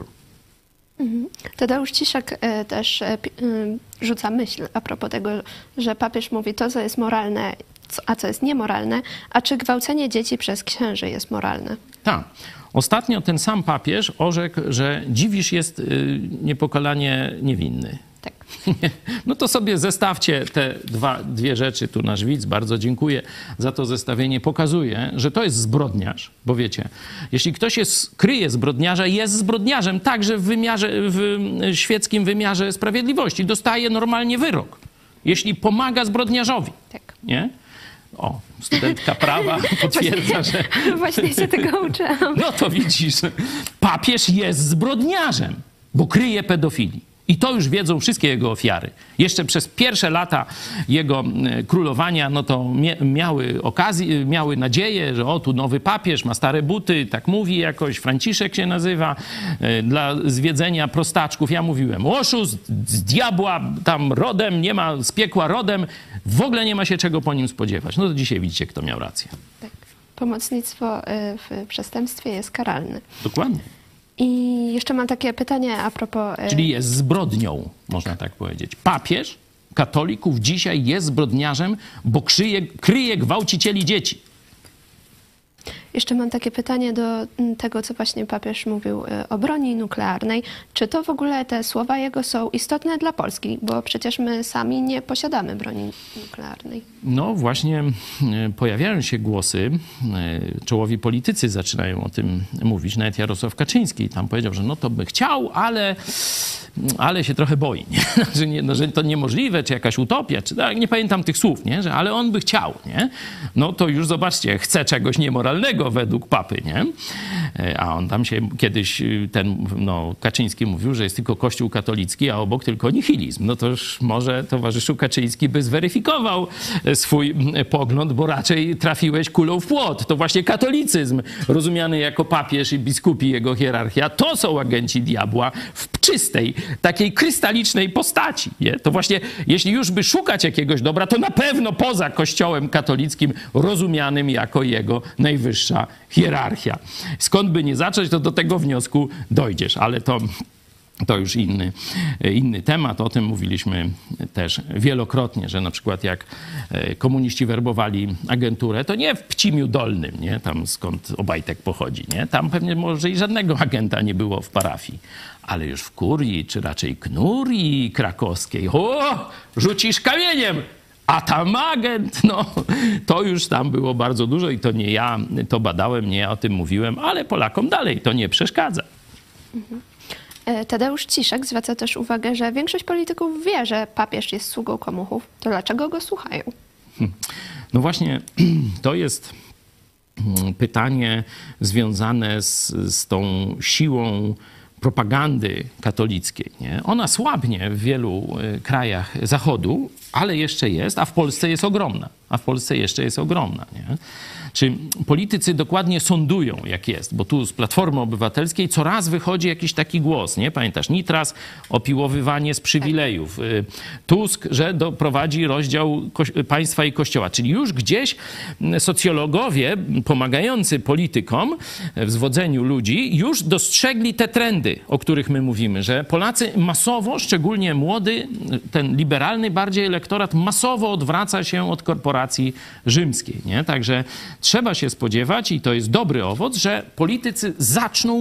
Tadeusz Ciszek też rzuca myśl a propos tego, że papież mówi to, co jest moralne, a co jest niemoralne, a czy gwałcenie dzieci przez księży jest moralne? Tak. Ostatnio ten sam papież orzekł, że Dziwisz jest niepokalanie niewinny. Tak. No to sobie zestawcie te dwie rzeczy. Tu nasz widz, bardzo dziękuję za to zestawienie. Pokazuje, że to jest zbrodniarz, bo wiecie, jeśli ktoś kryje zbrodniarza, jest zbrodniarzem także w świeckim wymiarze sprawiedliwości. Dostaje normalnie wyrok, jeśli pomaga zbrodniarzowi. Tak. Nie? O, studentka prawa potwierdza, że... Właśnie się tego uczyłam. No to widzisz, papież jest zbrodniarzem, bo kryje pedofilii. I to już wiedzą wszystkie jego ofiary. Jeszcze przez pierwsze lata jego królowania, no to miały nadzieję, że tu nowy papież ma stare buty, tak mówi jakoś, Franciszek się nazywa, dla zwiedzenia prostaczków. Ja mówiłem, oszust z diabła, tam rodem, nie ma z piekła rodem, w ogóle nie ma się czego po nim spodziewać. No to dzisiaj widzicie, kto miał rację. Tak. Pomocnictwo w przestępstwie jest karalne. Dokładnie. I jeszcze mam takie pytanie a propos... Czyli jest zbrodnią, można tak powiedzieć. Papież katolików dzisiaj jest zbrodniarzem, bo kryje gwałcicieli dzieci. Jeszcze mam takie pytanie do tego, co właśnie papież mówił o broni nuklearnej. Czy to w ogóle te słowa jego są istotne dla Polski? Bo przecież my sami nie posiadamy broni nuklearnej. No właśnie pojawiają się głosy, czołowi politycy zaczynają o tym mówić. Nawet Jarosław Kaczyński tam powiedział, że no to by chciał, ale ale się trochę boi, nie? Znaczy, nie, no, że to niemożliwe, czy jakaś utopia, czy tak, nie pamiętam tych słów, nie? Że, ale on by chciał, nie? No to już zobaczcie, chce czegoś niemoralnego według papy, nie? A on tam się kiedyś, Kaczyński mówił, że jest tylko Kościół katolicki, a obok tylko nihilizm. No to już może towarzyszu Kaczyński by zweryfikował swój pogląd, bo raczej trafiłeś kulą w płot. To właśnie katolicyzm, rozumiany jako papież i biskupi, jego hierarchia, to są agenci diabła w czystej, takiej krystalicznej postaci. Nie? To właśnie, jeśli już by szukać jakiegoś dobra, to na pewno poza Kościołem katolickim, rozumianym jako jego najwyższa hierarchia. Skąd by nie zacząć, to do tego wniosku dojdziesz, ale to już inny temat. O tym mówiliśmy też wielokrotnie, że na przykład jak komuniści werbowali agenturę, to nie w Pcimiu Dolnym, nie? Tam skąd Obajtek pochodzi, nie? Tam pewnie może i żadnego agenta nie było w parafii. Ale już w kurii, czy raczej knurii krakowskiej, rzucisz kamieniem, a tam agent, no to już tam było bardzo dużo i to nie ja to badałem, nie ja o tym mówiłem, ale Polakom dalej to nie przeszkadza. Tadeusz Ciszek zwraca też uwagę, że większość polityków wie, że papież jest sługą komuchów. To dlaczego go słuchają? No właśnie, to jest pytanie związane z tą siłą propagandy katolickiej. Nie? Ona słabnie w wielu krajach Zachodu, ale jeszcze jest, a w Polsce jest ogromna. Nie? Czy politycy dokładnie sądują, jak jest? Bo tu z Platformy Obywatelskiej co raz wychodzi jakiś taki głos, nie? Pamiętasz, Nitras, opiłowywanie z przywilejów. Tusk, że doprowadzi rozdział państwa i kościoła. Czyli już gdzieś socjologowie pomagający politykom w zwodzeniu ludzi już dostrzegli te trendy, o których my mówimy, że Polacy masowo, szczególnie młody, ten liberalny bardziej elektorat, masowo odwraca się od korporacji rzymskiej, nie? Także trzeba się spodziewać, i to jest dobry owoc, że politycy zaczną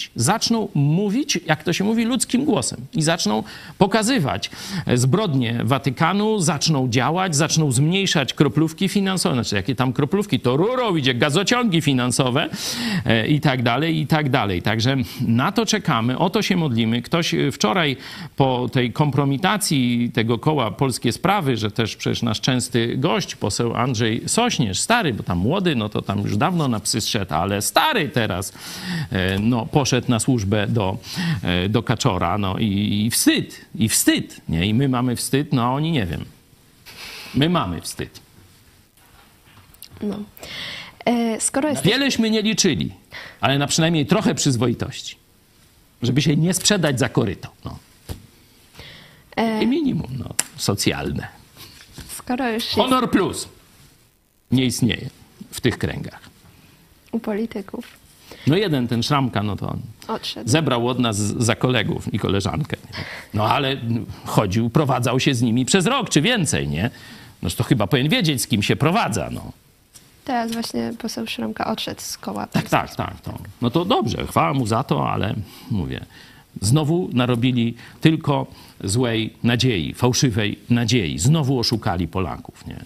mówić, jak to się mówi, ludzkim głosem i zaczną pokazywać zbrodnie Watykanu, zaczną działać, zaczną zmniejszać kroplówki finansowe, znaczy jakie tam kroplówki, to rurą idzie, gazociągi finansowe i tak dalej. Także na to czekamy, o to się modlimy. Ktoś wczoraj po tej kompromitacji tego koła Polskie Sprawy, że też przecież nasz częsty gość, poseł Andrzej Sośnierz, stary, bo tam młody, no to tam już dawno na psy zszedł, ale stary teraz, no poszedł na służbę do Kaczora, no i wstyd, nie? I my mamy wstyd, no a oni nie wiem. My mamy wstyd. No. Skoro jest... Wieleśmy nie liczyli, ale na przynajmniej trochę przyzwoitości, żeby się nie sprzedać za koryto. No. I minimum socjalne. Skoro już jest... Honor plus nie istnieje w tych kręgach. U polityków. No jeden, ten Szramka, no to on odszedł. Zebrał od nas za kolegów i koleżankę. Nie? No ale chodził, prowadzał się z nimi przez rok czy więcej, nie? No to chyba powinien wiedzieć, z kim się prowadza, no. Teraz właśnie poseł Szramka odszedł z koła. Tak. To. No to dobrze, chwała mu za to, ale mówię, znowu narobili tylko złej nadziei, fałszywej nadziei. Znowu oszukali Polaków, nie?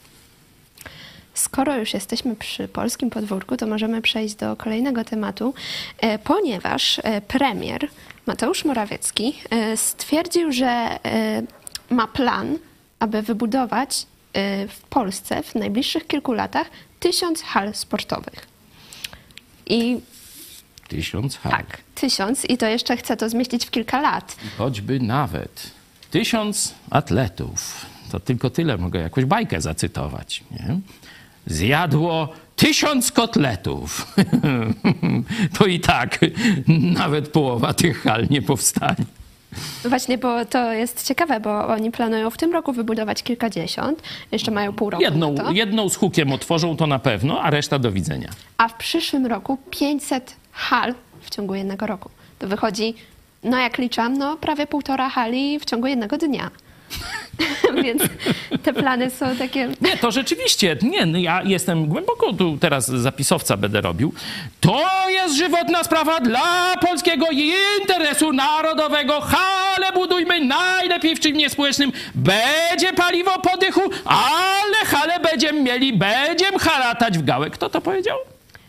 Skoro już jesteśmy przy polskim podwórku, to możemy przejść do kolejnego tematu, ponieważ premier Mateusz Morawiecki stwierdził, że ma plan, aby wybudować w Polsce w najbliższych kilku latach 1000 hal sportowych. I 1000 hal? Tak, 1000 i to jeszcze chce to zmieścić w kilka lat. Choćby nawet 1000 atletów, to tylko tyle mogę jakąś bajkę zacytować, nie? Zjadło 1000 kotletów. To i tak nawet połowa tych hal nie powstanie. Właśnie, bo to jest ciekawe, bo oni planują w tym roku wybudować kilkadziesiąt, jeszcze mają pół roku na to. Jedną z hukiem otworzą to na pewno, a reszta do widzenia. A w przyszłym roku 500 hal w ciągu jednego roku. To wychodzi, no jak liczam, no prawie 1,5 hali w ciągu jednego dnia. Więc te plany są takie... Nie, to rzeczywiście, no ja jestem głęboko tu teraz zapisowca będę robił. To jest żywotna sprawa dla polskiego interesu narodowego. Hale budujmy najlepiej w czymś społecznym. Będzie paliwo po dychu, ale hale będziemy mieli, będziemy haratać w gałę. Kto to powiedział?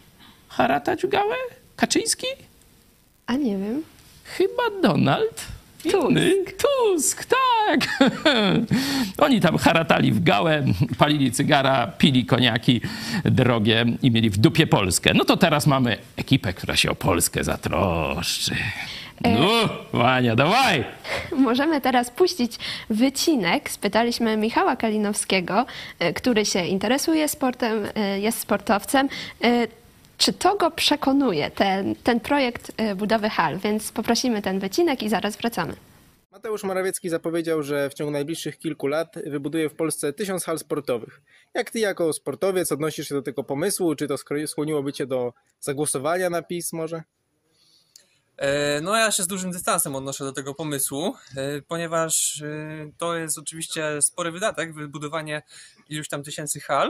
Haratać w gałę? Kaczyński? A nie wiem. Chyba Donald. Tusk, tak. Oni tam haratali w gałę, palili cygara, pili koniaki drogie i mieli w dupie Polskę. No to teraz mamy ekipę, która się o Polskę zatroszczy. No, Wania, dawaj! Możemy teraz puścić wycinek. Spytaliśmy Michała Kalinowskiego, który się interesuje sportem, jest sportowcem. Czy to go przekonuje, ten projekt budowy hal? Więc poprosimy ten wycinek i zaraz wracamy. Mateusz Morawiecki zapowiedział, że w ciągu najbliższych kilku lat wybuduje w Polsce 1000 hal sportowych. Jak ty jako sportowiec odnosisz się do tego pomysłu? Czy to skłoniłoby cię do zagłosowania na PiS może? No ja się z dużym dystansem odnoszę do tego pomysłu, ponieważ to jest oczywiście spory wydatek, wybudowanie iluś tam tysięcy hal.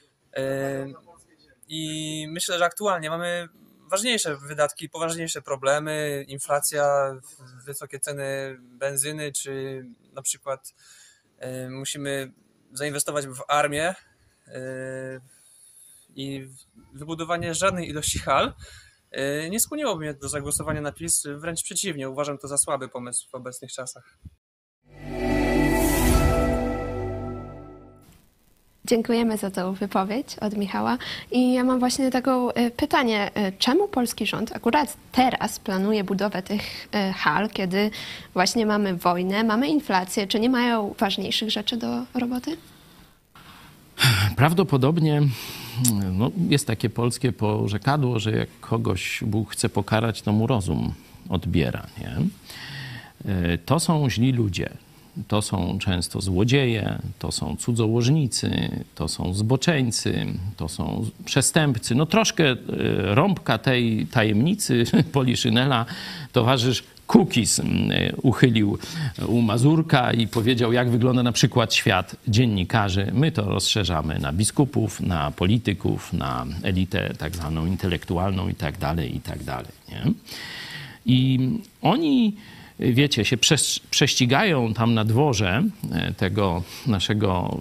I myślę, że aktualnie mamy ważniejsze wydatki, poważniejsze problemy, inflacja, wysokie ceny benzyny, czy na przykład musimy zainwestować w armię i wybudowanie żadnej ilości hal nie skłoniłoby mnie do zagłosowania na PiS, wręcz przeciwnie, uważam to za słaby pomysł w obecnych czasach. Dziękujemy za tą wypowiedź od Michała. I ja mam właśnie takie pytanie, czemu polski rząd akurat teraz planuje budowę tych hal, kiedy właśnie mamy wojnę, mamy inflację? Czy nie mają ważniejszych rzeczy do roboty? Prawdopodobnie jest takie polskie porzekadło, że jak kogoś Bóg chce pokarać, to mu rozum odbiera. Nie? To są źli ludzie. To są często złodzieje, to są cudzołożnicy, to są zboczeńcy, to są przestępcy. No troszkę rąbka tej tajemnicy Poliszynela towarzysz Kukiz uchylił u Mazurka i powiedział, jak wygląda na przykład świat dziennikarzy. My to rozszerzamy na biskupów, na polityków, na elitę tak zwaną intelektualną i tak dalej, i tak dalej. Nie? I oni, wiecie, się prześcigają tam na dworze tego naszego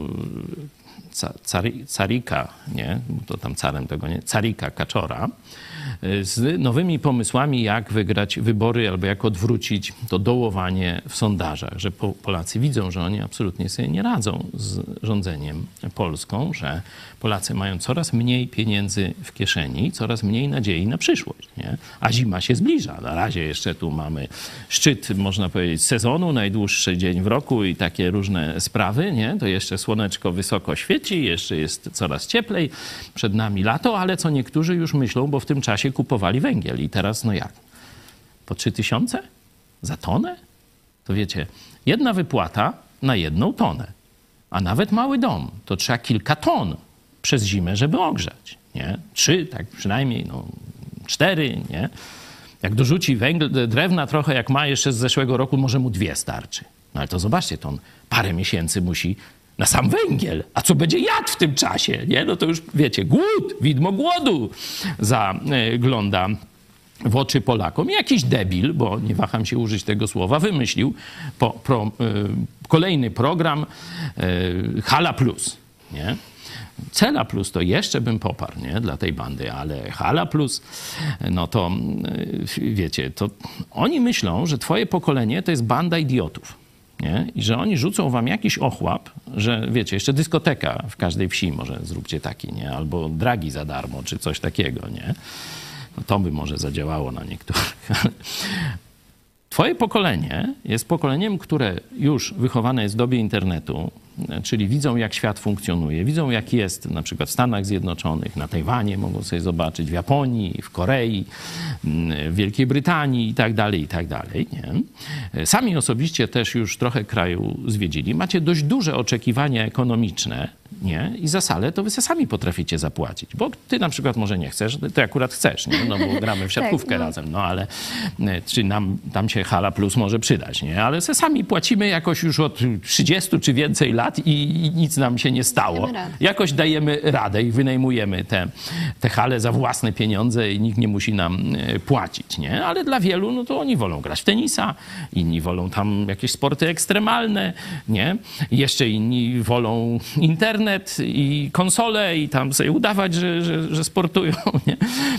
carika, nie? To tam carem tego nie, carika Kaczora, z nowymi pomysłami, jak wygrać wybory albo jak odwrócić to dołowanie w sondażach, że Polacy widzą, że oni absolutnie sobie nie radzą z rządzeniem Polską, że Polacy mają coraz mniej pieniędzy w kieszeni, coraz mniej nadziei na przyszłość. Nie? A zima się zbliża. Na razie jeszcze tu mamy szczyt, można powiedzieć, sezonu, najdłuższy dzień w roku i takie różne sprawy. Nie? To jeszcze słoneczko wysoko świeci, jeszcze jest coraz cieplej. Przed nami lato, ale co niektórzy już myślą, bo w tym czasie kupowali węgiel. I teraz no jak? Po 3000? Za tonę? To wiecie, jedna wypłata na 1 tonę. A nawet mały dom, to trzeba kilka ton przez zimę, żeby ogrzać. Nie? 3, tak przynajmniej, 4, nie? Jak dorzuci drewna trochę, jak ma jeszcze z zeszłego roku, może mu 2 starczy. No ale to zobaczcie, to on parę miesięcy musi na sam węgiel. A co będzie jadł w tym czasie? Nie? No to już, wiecie, głód, widmo głodu zagląda w oczy Polakom. I jakiś debil, bo nie waham się użyć tego słowa, wymyślił kolejny program Hala Plus. Nie? Cela Plus to jeszcze bym poparł, nie? Dla tej bandy, ale Hala Plus, no to wiecie, to oni myślą, że twoje pokolenie to jest banda idiotów. Nie? I że oni rzucą wam jakiś ochłap, że wiecie, jeszcze dyskoteka w każdej wsi może zróbcie taki, nie? Albo dragi za darmo, czy coś takiego, nie? No to by może zadziałało na niektórych. Twoje pokolenie jest pokoleniem, które już wychowane jest w dobie internetu, czyli widzą, jak świat funkcjonuje, widzą, jak jest na przykład w Stanach Zjednoczonych, na Tajwanie mogą sobie zobaczyć, w Japonii, w Korei, w Wielkiej Brytanii i tak dalej, nie? Sami osobiście też już trochę kraju zwiedzili. Macie dość duże oczekiwania ekonomiczne, nie? I za salę to wy sobie sami potraficie zapłacić, bo ty na przykład może nie chcesz, ty akurat chcesz, nie? No bo gramy w siatkówkę tak, no. razem, no ale czy nam się Hala Plus może przydać, nie? Ale se sami płacimy jakoś już od 30 czy więcej lat i nic nam się nie stało. Jakoś dajemy radę i wynajmujemy te hale za własne pieniądze i nikt nie musi nam płacić, nie? Ale dla wielu, no to oni wolą grać w tenisa, inni wolą tam jakieś sporty ekstremalne, nie? Jeszcze inni wolą internet, internet i konsole i tam sobie udawać, że sportują, nie?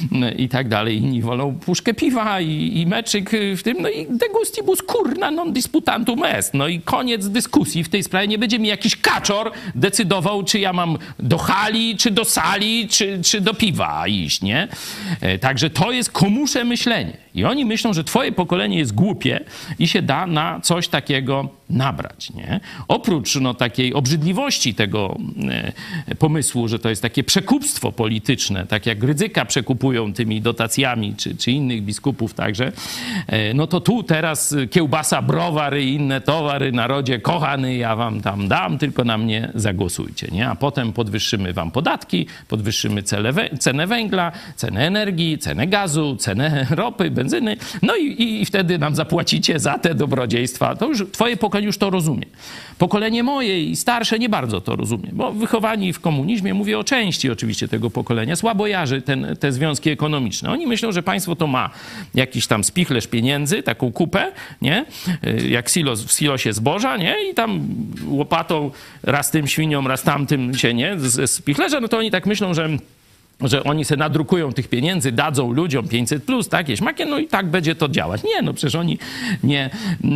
I tak dalej. Inni wolą puszkę piwa i meczyk w tym, no i de gustibus curna non disputantum est. No i koniec dyskusji w tej sprawie. Nie będzie mi jakiś kaczor decydował, czy ja mam do hali, czy do sali, czy do piwa iść, nie? Także to jest komusze myślenie. I oni myślą, że twoje pokolenie jest głupie i się da na coś takiego nabrać, nie? Oprócz takiej obrzydliwości tego pomysłu, że to jest takie przekupstwo polityczne, tak jak Rydzyka przekupują tymi dotacjami, czy innych biskupów także, no to tu teraz kiełbasa, browar i inne towary, narodzie kochany, ja wam tam dam, tylko na mnie zagłosujcie, nie? A potem podwyższymy wam podatki, podwyższymy cenę węgla, cenę energii, cenę gazu, cenę ropy, benzyny, no i wtedy nam zapłacicie za te dobrodziejstwa. To już twoje pokolenie już to rozumie. Pokolenie moje i starsze nie bardzo to rozumie, bo wychowani w komunizmie, mówię o części oczywiście tego pokolenia, słabo jarzy te związki ekonomiczne. Oni myślą, że państwo to ma jakiś tam spichlerz pieniędzy, taką kupę, nie? Jak w silosie zboża, nie? I tam łopatą raz tym świniom, raz tamtym się, nie? Z spichlerza, no to oni tak myślą, że oni se nadrukują tych pieniędzy, dadzą ludziom 500+, takie śmakie, no i tak będzie to działać. Nie, no przecież oni nie,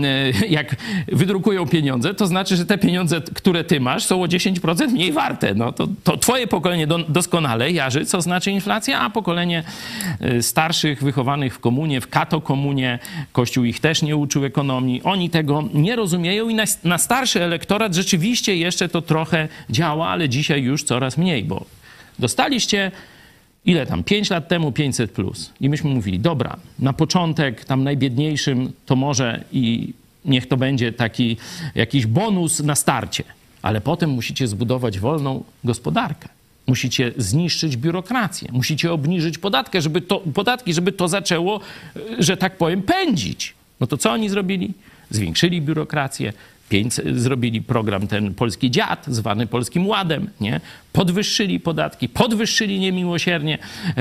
jak wydrukują pieniądze, to znaczy, że te pieniądze, które ty masz, są o 10% mniej warte. No to twoje pokolenie doskonale jarzy, co znaczy inflacja, a pokolenie starszych, wychowanych w komunie, w katokomunie, Kościół ich też nie uczył ekonomii, oni tego nie rozumieją i na starszy elektorat rzeczywiście jeszcze to trochę działa, ale dzisiaj już coraz mniej, bo dostaliście, ile tam, 5 lat temu 500+. I myśmy mówili, dobra, na początek tam najbiedniejszym to może i niech to będzie taki jakiś bonus na starcie, ale potem musicie zbudować wolną gospodarkę. Musicie zniszczyć biurokrację, musicie obniżyć podatki, żeby to zaczęło, że tak powiem, pędzić. No to co oni zrobili? Zwiększyli biurokrację, zrobili program ten Polski Dziad, zwany Polskim Ładem, nie? Podwyższyli podatki, podwyższyli niemiłosiernie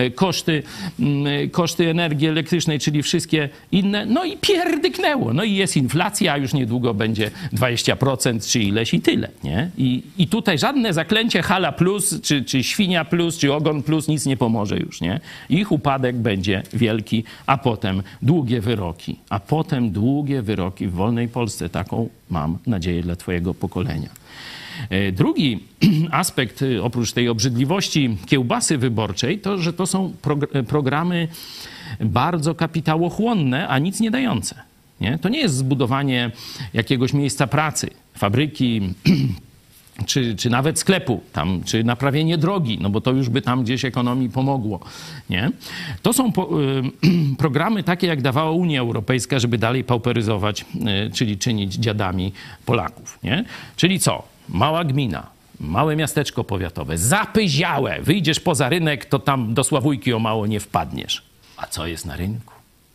koszty energii elektrycznej, czyli wszystkie inne, no i pierdyknęło. No i jest inflacja, a już niedługo będzie 20% czy ileś i tyle, nie? I tutaj żadne zaklęcie Hala Plus, czy Świnia Plus, czy Ogon Plus nic nie pomoże już, nie? Ich upadek będzie wielki, a potem długie wyroki w wolnej Polsce. Taką mam nadzieję dla twojego pokolenia. Drugi aspekt, oprócz tej obrzydliwości kiełbasy wyborczej, to, że to są programy bardzo kapitałochłonne, a nic nie dające. Nie? To nie jest zbudowanie jakiegoś miejsca pracy, fabryki, czy nawet sklepu, tam, czy naprawienie drogi, no bo to już by tam gdzieś ekonomii pomogło. Nie? To są programy takie, jak dawała Unia Europejska, żeby dalej pauperyzować, czyli czynić dziadami Polaków. Nie? Czyli co? Mała gmina, małe miasteczko powiatowe, zapyziałe, wyjdziesz poza rynek, to tam do Sławujki o mało nie wpadniesz. A co jest na rynku?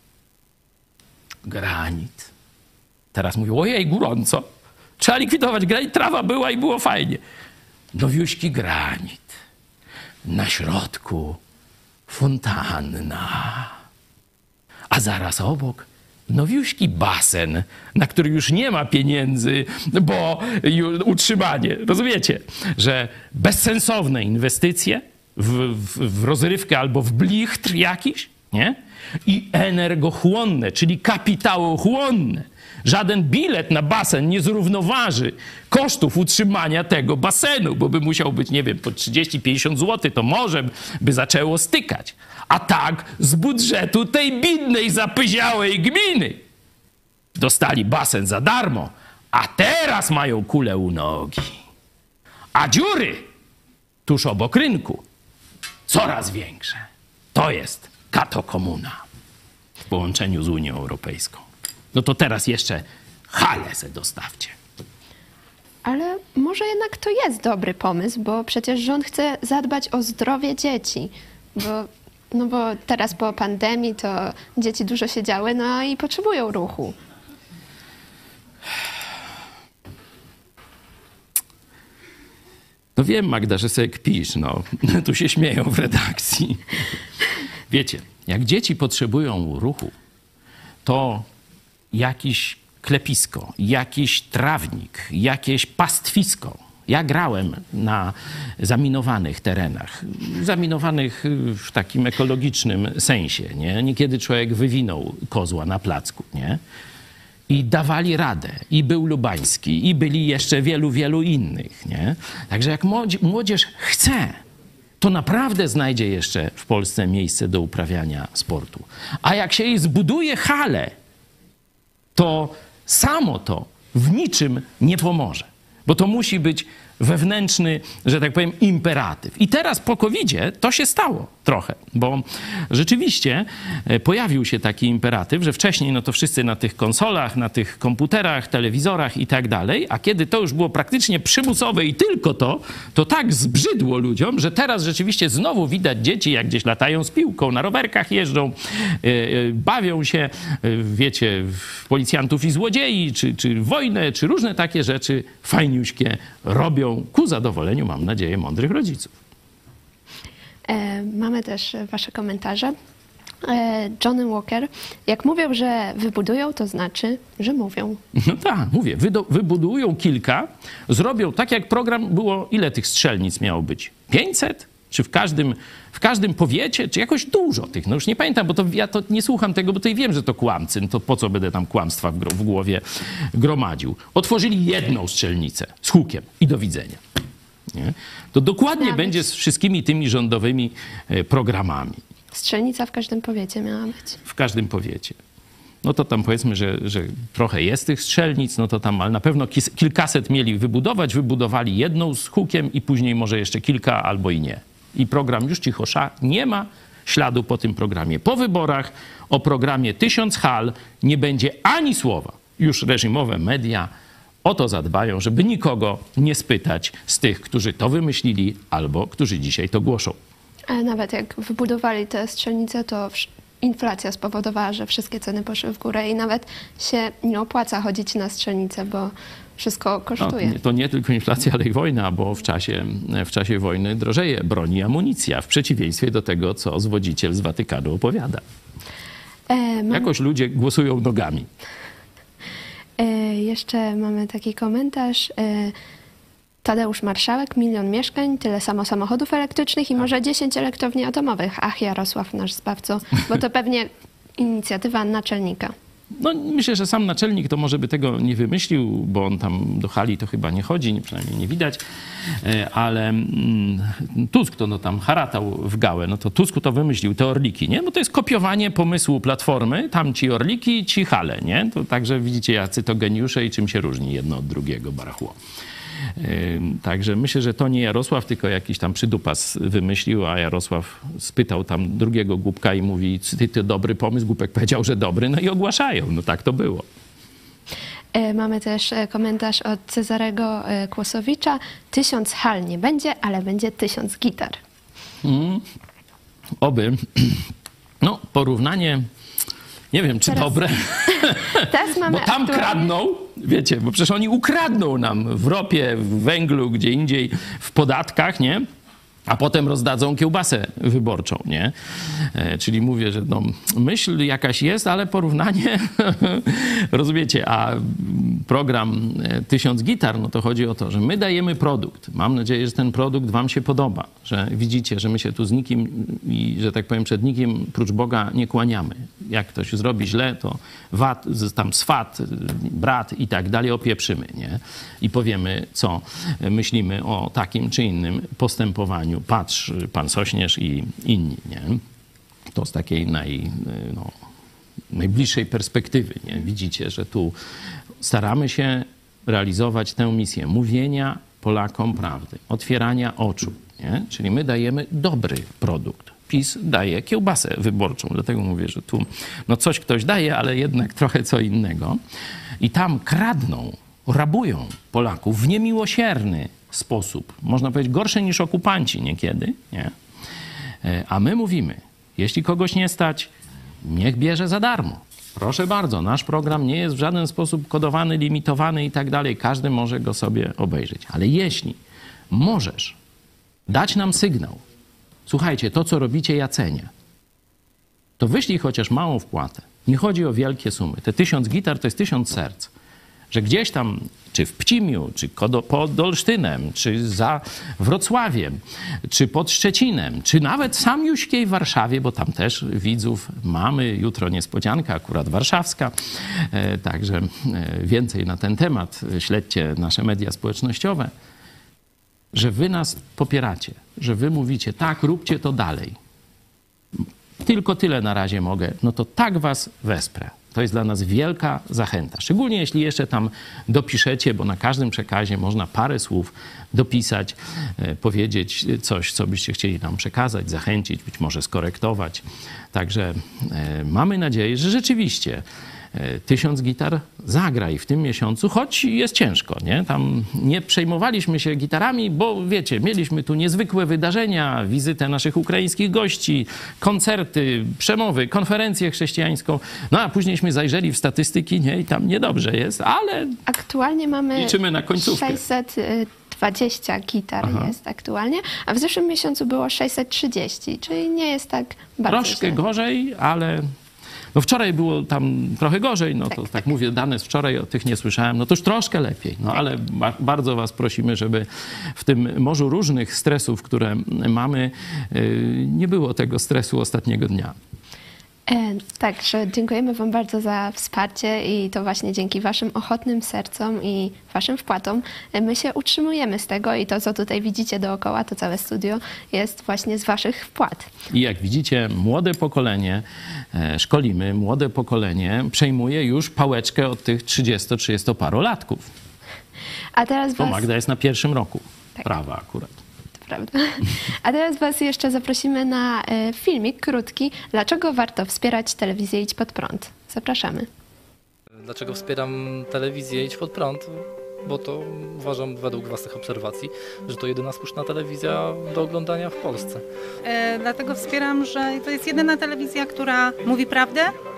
Granit. Teraz mówią, ojej, gorąco. Trzeba likwidować granit, trawa była i było fajnie. Nowiuśki granit. Na środku fontanna. A zaraz obok nowiuśki basen, na który już nie ma pieniędzy, bo utrzymanie. Rozumiecie, że bezsensowne inwestycje w rozrywkę albo w blichtr jakiś, nie? I energochłonne, czyli kapitałochłonne. Żaden bilet na basen nie zrównoważy kosztów utrzymania tego basenu, bo by musiał być, nie wiem, po 30-50 zł, to może by zaczęło stykać. A tak z budżetu tej biednej, zapyziałej gminy dostali basen za darmo, a teraz mają kulę u nogi. A dziury tuż obok rynku coraz większe. To jest katokomuna w połączeniu z Unią Europejską. No to teraz jeszcze halę se dostawcie. Ale może jednak to jest dobry pomysł, bo przecież rząd chce zadbać o zdrowie dzieci. Bo teraz po pandemii to dzieci dużo siedziały, no i potrzebują ruchu. No wiem, Magda, że sobie kpisz, no. Tu się śmieją w redakcji. Wiecie, jak dzieci potrzebują ruchu, to jakiś klepisko, jakiś trawnik, jakieś pastwisko Ja grałem na zaminowanych terenach, zaminowanych w takim ekologicznym sensie, nie? Niekiedy człowiek wywinął kozła na placku, nie? I dawali radę. I był Lubański, i byli jeszcze wielu innych, nie? Także jak młodzież chce, to naprawdę znajdzie jeszcze w Polsce miejsce do uprawiania sportu. A jak się jej zbuduje halę, to samo to w niczym nie pomoże. Bo to musi być wewnętrzny, że tak powiem, imperatyw. I teraz po COVID-zie to się stało trochę, bo rzeczywiście pojawił się taki imperatyw, że wcześniej no to wszyscy na tych konsolach, na tych komputerach, telewizorach i tak dalej, a kiedy to już było praktycznie przymusowe i tylko to tak zbrzydło ludziom, że teraz rzeczywiście znowu widać dzieci, jak gdzieś latają z piłką, na rowerkach jeżdżą, bawią się, wiecie, w policjantów i złodziei, czy wojnę, czy różne takie rzeczy fajniuśkie robią ku zadowoleniu, mam nadzieję, mądrych rodziców. Mamy też wasze komentarze. Johnny Walker, jak mówią, że wybudują, to znaczy, że mówią. No tak, mówię, wybudują kilka, zrobią tak jak program było, ile tych strzelnic miało być? 500? Czy w każdym powiecie, czy jakoś dużo tych? No już nie pamiętam, bo ja to nie słucham tego, bo to i wiem, że to kłamcy, no to po co będę tam kłamstwa w głowie gromadził? Otworzyli jedną strzelnicę z hukiem i do widzenia. Nie? To dokładnie będzie z wszystkimi tymi rządowymi programami. Strzelnica w każdym powiecie miała być. W każdym powiecie. No to tam powiedzmy, że trochę jest tych strzelnic, no to tam, ale na pewno kilkaset mieli wybudować, wybudowali jedną z hukiem i później może jeszcze kilka albo i nie. I program już cichosza, nie ma śladu po tym programie. Po wyborach o programie 1000 hal nie będzie ani słowa. Już reżimowe media o to zadbają, żeby nikogo nie spytać z tych, którzy to wymyślili albo którzy dzisiaj to głoszą. Ale nawet jak wybudowali te strzelnice, to inflacja spowodowała, że wszystkie ceny poszły w górę i nawet się nie opłaca chodzić na strzelnicę, bo wszystko kosztuje. No, to nie tylko inflacja, ale i wojna, bo w czasie wojny drożeje broń i amunicja, w przeciwieństwie do tego, co zwodziciel z Watykanu opowiada. Jakoś ludzie głosują nogami. Jeszcze mamy taki komentarz. Tadeusz Marszałek, 1 000 000 mieszkań, tyle samo samochodów elektrycznych i może 10 elektrowni atomowych. Ach, Jarosław, nasz zbawco, bo to pewnie inicjatywa naczelnika. No myślę, że sam naczelnik to może by tego nie wymyślił, bo on tam do hali to chyba nie chodzi, przynajmniej nie widać, ale Tusk to no tam haratał w gałę, no to Tusk to wymyślił te orliki, nie? Bo to jest kopiowanie pomysłu Platformy, tam ci orliki, ci hale, nie? To także widzicie, jacy to geniusze i czym się różni jedno od drugiego barachło. Także myślę, że to nie Jarosław, tylko jakiś tam przydupas wymyślił, a Jarosław spytał tam drugiego głupka i mówi, ty to dobry pomysł, głupek powiedział, że dobry, no i ogłaszają, no tak to było. Mamy też komentarz od Cezarego Kłosowicza. 1000 hal nie będzie, ale będzie 1000 gitar. Oby. No, porównanie, nie wiem, czy teraz dobre. Teraz mamy bo tam kradną, wiecie, bo przecież oni ukradną nam w ropie, w węglu, gdzie indziej, w podatkach, nie? A potem rozdadzą kiełbasę wyborczą, nie? Czyli mówię, że no, myśl jakaś jest, ale porównanie, rozumiecie, a program 1000 gitar, no to chodzi o to, że my dajemy produkt. Mam nadzieję, że ten produkt wam się podoba, że widzicie, że my się tu z nikim i, że tak powiem, przed nikim prócz Boga nie kłaniamy. Jak ktoś zrobi źle, to tam swat, brat i tak dalej opieprzymy, nie? I powiemy, co myślimy o takim czy innym postępowaniu. Patrz, pan Sośnierz i inni, nie? To z takiej najbliższej perspektywy, nie? Widzicie, że tu staramy się realizować tę misję mówienia Polakom prawdy, otwierania oczu, nie? Czyli my dajemy dobry produkt. PiS daje kiełbasę wyborczą, dlatego mówię, że tu no coś ktoś daje, ale jednak trochę co innego. I tam kradną, rabują Polaków w niemiłosierny sposób. Można powiedzieć gorsze niż okupanci niekiedy, nie? A my mówimy, jeśli kogoś nie stać, niech bierze za darmo. Proszę bardzo, nasz program nie jest w żaden sposób kodowany, limitowany i tak dalej. Każdy może go sobie obejrzeć. Ale jeśli możesz dać nam sygnał, słuchajcie, to co robicie ja cenię, to wyślij chociaż małą wpłatę. Nie chodzi o wielkie sumy. Te 1000 gitar to jest 1000 serc. że gdzieś tam, czy w Pcimiu, czy pod Olsztynem, czy za Wrocławiem, czy pod Szczecinem, czy nawet w samiuśkiej Warszawie, bo tam też widzów mamy. Jutro niespodzianka, akurat warszawska. Także więcej na ten temat śledźcie nasze media społecznościowe. Że wy nas popieracie, że wy mówicie, tak, róbcie to dalej. Tylko tyle na razie mogę, no to tak was wesprę. To jest dla nas wielka zachęta. Szczególnie jeśli jeszcze tam dopiszecie, bo na każdym przekazie można parę słów dopisać, powiedzieć coś, co byście chcieli nam przekazać, zachęcić, być może skorektować. Także mamy nadzieję, że rzeczywiście 1000 gitar zagra i w tym miesiącu, choć jest ciężko, nie? Tam nie przejmowaliśmy się gitarami, bo wiecie, mieliśmy tu niezwykłe wydarzenia, wizytę naszych ukraińskich gości, koncerty, przemowy, konferencję chrześcijańską, no a późniejśmy zajrzeli w statystyki, nie? I tam niedobrze jest, ale aktualnie mamy liczymy na końcówkę. 620 gitar jest aktualnie, a w zeszłym miesiącu było 630, czyli nie jest tak bardzo troszkę źle. gorzej, ale no wczoraj było tam trochę gorzej, no to tak mówię, dane z wczoraj, o tych nie słyszałem, no to już troszkę lepiej. No ale bardzo was prosimy, żeby w tym morzu różnych stresów, które mamy, nie było tego stresu ostatniego dnia. Także dziękujemy wam bardzo za wsparcie i to właśnie dzięki waszym ochotnym sercom i waszym wpłatom my się utrzymujemy z tego i to, co tutaj widzicie dookoła, to całe studio jest właśnie z waszych wpłat. I jak widzicie, młode pokolenie, szkolimy, młode pokolenie przejmuje już pałeczkę od tych 30-30-parolatków. A teraz Bo Magda jest na pierwszym roku prawa akurat. Prawda. A teraz was jeszcze zaprosimy na filmik krótki. Dlaczego warto wspierać telewizję Idź Pod Prąd? Zapraszamy. Dlaczego wspieram telewizję Idź Pod Prąd? Bo to uważam według własnych obserwacji, że to jedyna słuszna telewizja do oglądania w Polsce. Dlatego wspieram, że to jest jedyna telewizja, która mówi prawdę,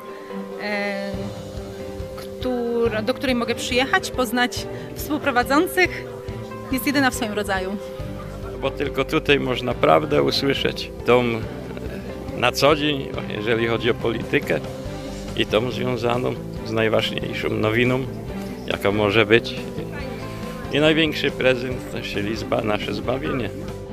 do której mogę przyjechać, poznać współprowadzących. Jest jedyna w swoim rodzaju. Bo tylko tutaj można prawdę usłyszeć, tą na co dzień, jeżeli chodzi o politykę i tą związaną z najważniejszą nowiną, jaka może być. I największy prezent, czyli nasze zbawienie.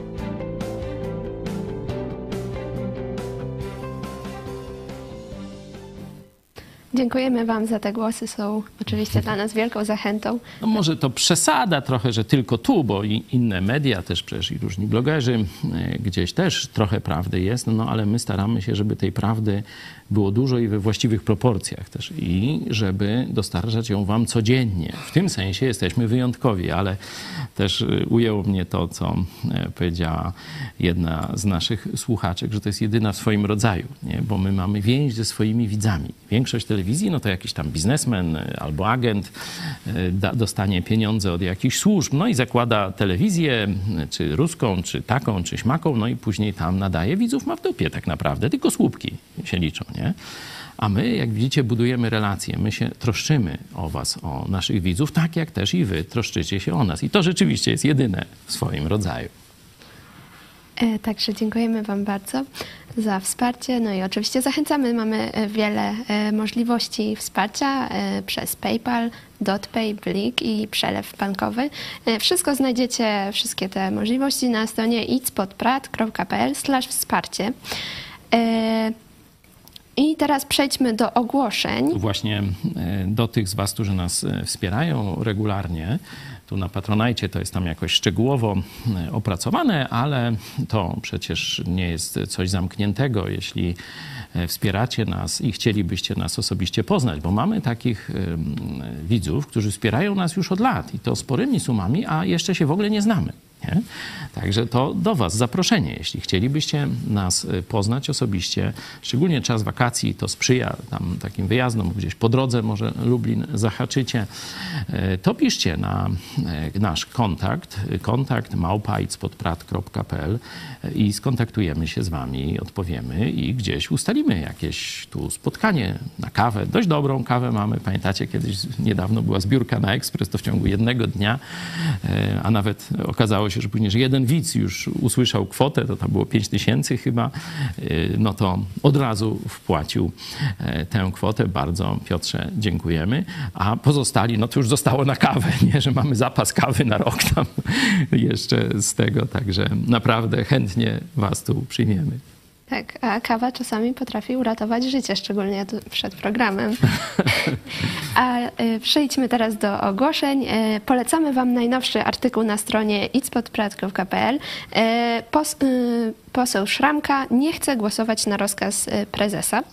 Dziękujemy wam za te głosy, są oczywiście dla nas wielką zachętą. No może to przesada trochę, że tylko tu, bo i inne media też przecież i różni blogerzy, gdzieś też trochę prawdy jest, no ale my staramy się, żeby tej prawdy było dużo i we właściwych proporcjach też i żeby dostarczać ją wam codziennie. W tym sensie jesteśmy wyjątkowi, ale też ujęło mnie to, co powiedziała jedna z naszych słuchaczek, że to jest jedyna w swoim rodzaju, nie? Bo my mamy więź ze swoimi widzami. Większość telewizji, no to jakiś tam biznesmen albo agent dostanie pieniądze od jakichś służb, no i zakłada telewizję, czy ruską, czy taką, czy śmaką, no i później tam nadaje. Widzów ma w dupie tak naprawdę, tylko słupki się liczą, nie? A my, jak widzicie, budujemy relacje. My się troszczymy o was, o naszych widzów, tak jak też i wy troszczycie się o nas. I to rzeczywiście jest jedyne w swoim rodzaju. Także dziękujemy wam bardzo za wsparcie. No i oczywiście zachęcamy. Mamy wiele możliwości wsparcia przez PayPal, DotPay, Blik i przelew bankowy. Wszystko znajdziecie, wszystkie te możliwości na stronie idźspodprat.pl/wsparcie. I teraz przejdźmy do ogłoszeń. Właśnie do tych z was, którzy nas wspierają regularnie. Tu na Patronite to jest tam jakoś szczegółowo opracowane, ale to przecież nie jest coś zamkniętego, jeśli wspieracie nas i chcielibyście nas osobiście poznać, bo mamy takich widzów, którzy wspierają nas już od lat i to sporymi sumami, a jeszcze się w ogóle nie znamy. Nie? Także to do was zaproszenie. Jeśli chcielibyście nas poznać osobiście, szczególnie czas wakacji, to sprzyja tam takim wyjazdom, gdzieś po drodze może Lublin zahaczycie, to piszcie na nasz kontakt@idźspodprat.pl i skontaktujemy się z wami, odpowiemy i gdzieś ustalimy jakieś tu spotkanie na kawę. Dość dobrą kawę mamy. Pamiętacie, kiedyś niedawno była zbiórka na ekspres, to w ciągu jednego dnia, a nawet okazało się, się, że później, że jeden widz już usłyszał kwotę, to tam było 5000 chyba, no to od razu wpłacił tę kwotę. Bardzo, Piotrze, dziękujemy. A pozostali, no to już zostało na kawę, nie? Że mamy zapas kawy na rok tam jeszcze z tego, także naprawdę chętnie was tu przyjmiemy. Tak, a kawa czasami potrafi uratować życie, szczególnie przed programem. A przejdźmy teraz do ogłoszeń. Polecamy wam najnowszy artykuł na stronie idźspodprat.pl. Poseł Szramka nie chce głosować na rozkaz prezesa.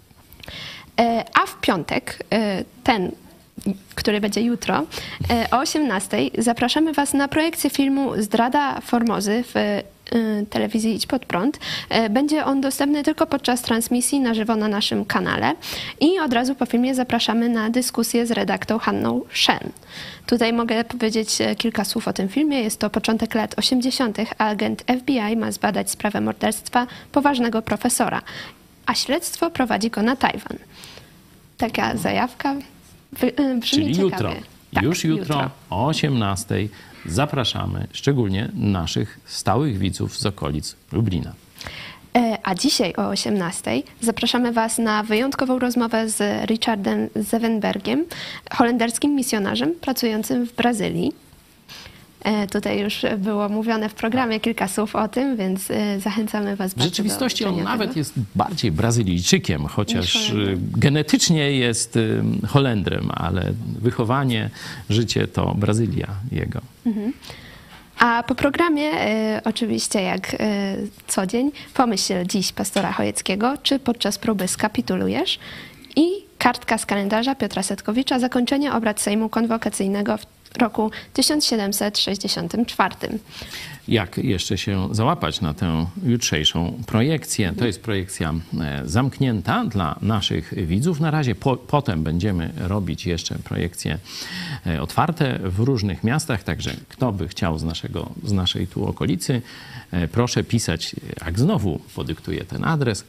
A w piątek, który będzie jutro, o 18:00 zapraszamy was na projekcję filmu Zdrada Formozy w telewizji Idź Pod Prąd. Będzie on dostępny tylko podczas transmisji na żywo na naszym kanale i od razu po filmie zapraszamy na dyskusję z redaktorą Hanną Shen. Tutaj mogę powiedzieć kilka słów o tym filmie. Jest to początek lat 80. a agent FBI ma zbadać sprawę morderstwa poważnego profesora, a śledztwo prowadzi go na Tajwan. Taka zajawka brzmi Czyli ciekawie. jutro. Tak, Już jutro o 18:00 zapraszamy szczególnie naszych stałych widzów z okolic Lublina. A dzisiaj o 18:00 zapraszamy was na wyjątkową rozmowę z Richardem Zevenbergiem, holenderskim misjonarzem pracującym w Brazylii. Tutaj już było mówione w programie kilka słów o tym, więc zachęcamy was W bardzo rzeczywistości do on uczenia nawet tego. jest bardziej Brazylijczykiem, chociaż Niż Holendrem. genetycznie jest Holendrem, ale wychowanie, życie to Brazylia jego. A po programie oczywiście jak co dzień pomyśl dziś pastora Chojeckiego, czy podczas próby skapitulujesz i kartka z kalendarza Piotra Setkowicza, zakończenie obrad Sejmu Konwokacyjnego w roku 1764. Jak jeszcze się załapać na tę jutrzejszą projekcję? To jest projekcja zamknięta dla naszych widzów. Na razie potem będziemy robić jeszcze projekcje otwarte w różnych miastach, także kto by chciał z naszej tu okolicy, proszę pisać, jak znowu podyktuję ten adres,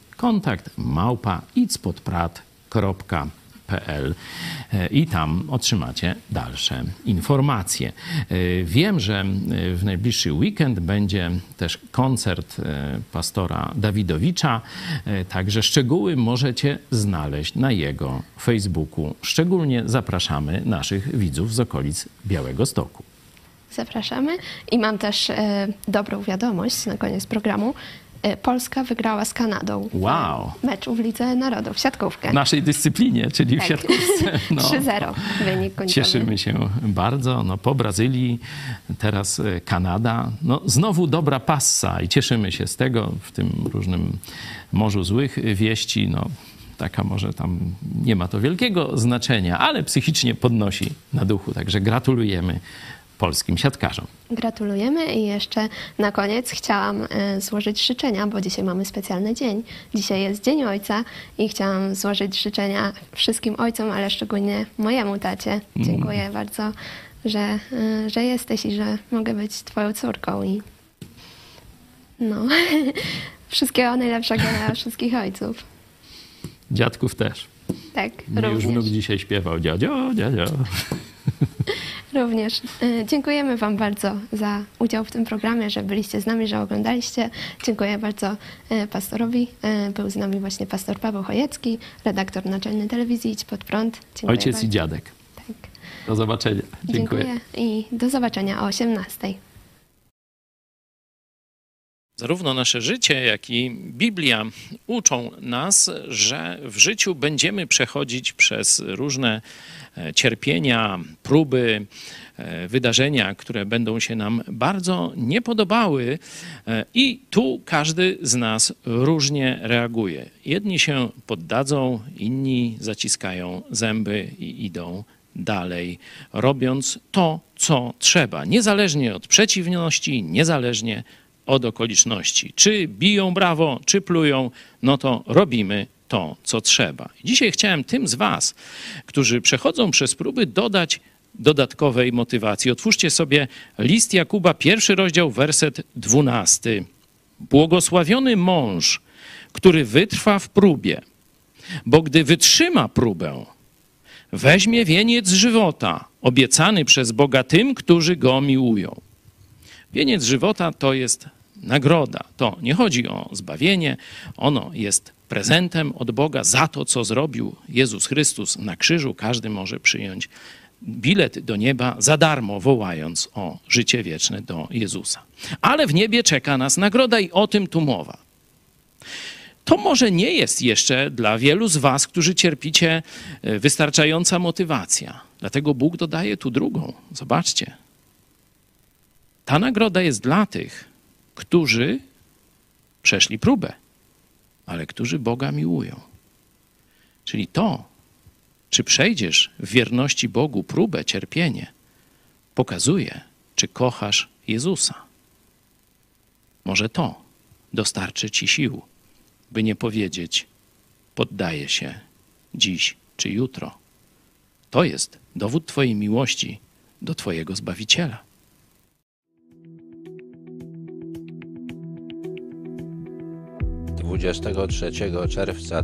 kontakt@idźspodprat.pl i tam otrzymacie dalsze informacje. Wiem, że w najbliższy weekend będzie też koncert pastora Dawidowicza, także szczegóły możecie znaleźć na jego Facebooku. Szczególnie zapraszamy naszych widzów z okolic Białegostoku. Zapraszamy i mam też dobrą wiadomość na koniec programu. Polska wygrała z Kanadą Wow. w meczu w Lidze Narodów, siatkówkę. W naszej dyscyplinie, czyli w Tak. siatkówce. 3-0 wynik końcowy. Cieszymy się bardzo. No, po Brazylii, teraz Kanada. No, znowu dobra passa i cieszymy się z tego w tym różnym morzu złych wieści. No, taka może tam nie ma to wielkiego znaczenia, ale psychicznie podnosi na duchu. Także gratulujemy polskim siatkarzom. Gratulujemy i jeszcze na koniec chciałam złożyć życzenia, bo dzisiaj mamy specjalny dzień. Dzisiaj jest Dzień Ojca i chciałam złożyć życzenia wszystkim ojcom, ale szczególnie mojemu tacie. Dziękuję bardzo, że jesteś i że mogę być twoją córką i no, wszystkiego najlepszego dla wszystkich ojców. Dziadków też. Tak, Mnie już również. wnuk dzisiaj śpiewał. Dziadzio, dziadzio. Również. Dziękujemy wam bardzo za udział w tym programie, że byliście z nami, że oglądaliście. Dziękuję bardzo pastorowi. Był z nami właśnie pastor Paweł Chojecki, redaktor naczelny telewizji Idź Pod Prąd. Dziękuję Ojciec bardzo. i dziadek. Tak. Do zobaczenia. Dziękuję. I do zobaczenia o 18:00. Zarówno nasze życie, jak i Biblia uczą nas, że w życiu będziemy przechodzić przez różne cierpienia, próby, wydarzenia, które będą się nam bardzo nie podobały i tu każdy z nas różnie reaguje. Jedni się poddadzą, inni zaciskają zęby i idą dalej, robiąc to, co trzeba, niezależnie od przeciwności, niezależnie od okoliczności. Czy biją brawo, czy plują, no to robimy to, co trzeba. Dzisiaj chciałem tym z was, którzy przechodzą przez próby, dodać dodatkowej motywacji. Otwórzcie sobie list Jakuba, 1 rozdział, werset 12. Błogosławiony mąż, który wytrwa w próbie, bo gdy wytrzyma próbę, weźmie wieniec żywota, obiecany przez Boga tym, którzy Go miłują. Wieniec żywota to jest nagroda. To nie chodzi o zbawienie, ono jest prezentem od Boga za to, co zrobił Jezus Chrystus na krzyżu. Każdy może przyjąć bilet do nieba za darmo, wołając o życie wieczne do Jezusa. Ale w niebie czeka nas nagroda i o tym tu mowa. To może nie jest jeszcze dla wielu z was, którzy cierpicie, wystarczająca motywacja. Dlatego Bóg dodaje tu drugą. Zobaczcie. Ta nagroda jest dla tych, którzy przeszli próbę, ale którzy Boga miłują. Czyli to, czy przejdziesz w wierności Bogu próbę, cierpienie, pokazuje, czy kochasz Jezusa. Może to dostarczy ci sił, by nie powiedzieć, poddaję się dziś czy jutro. To jest dowód twojej miłości do twojego Zbawiciela. Dwudziestego 3 czerwca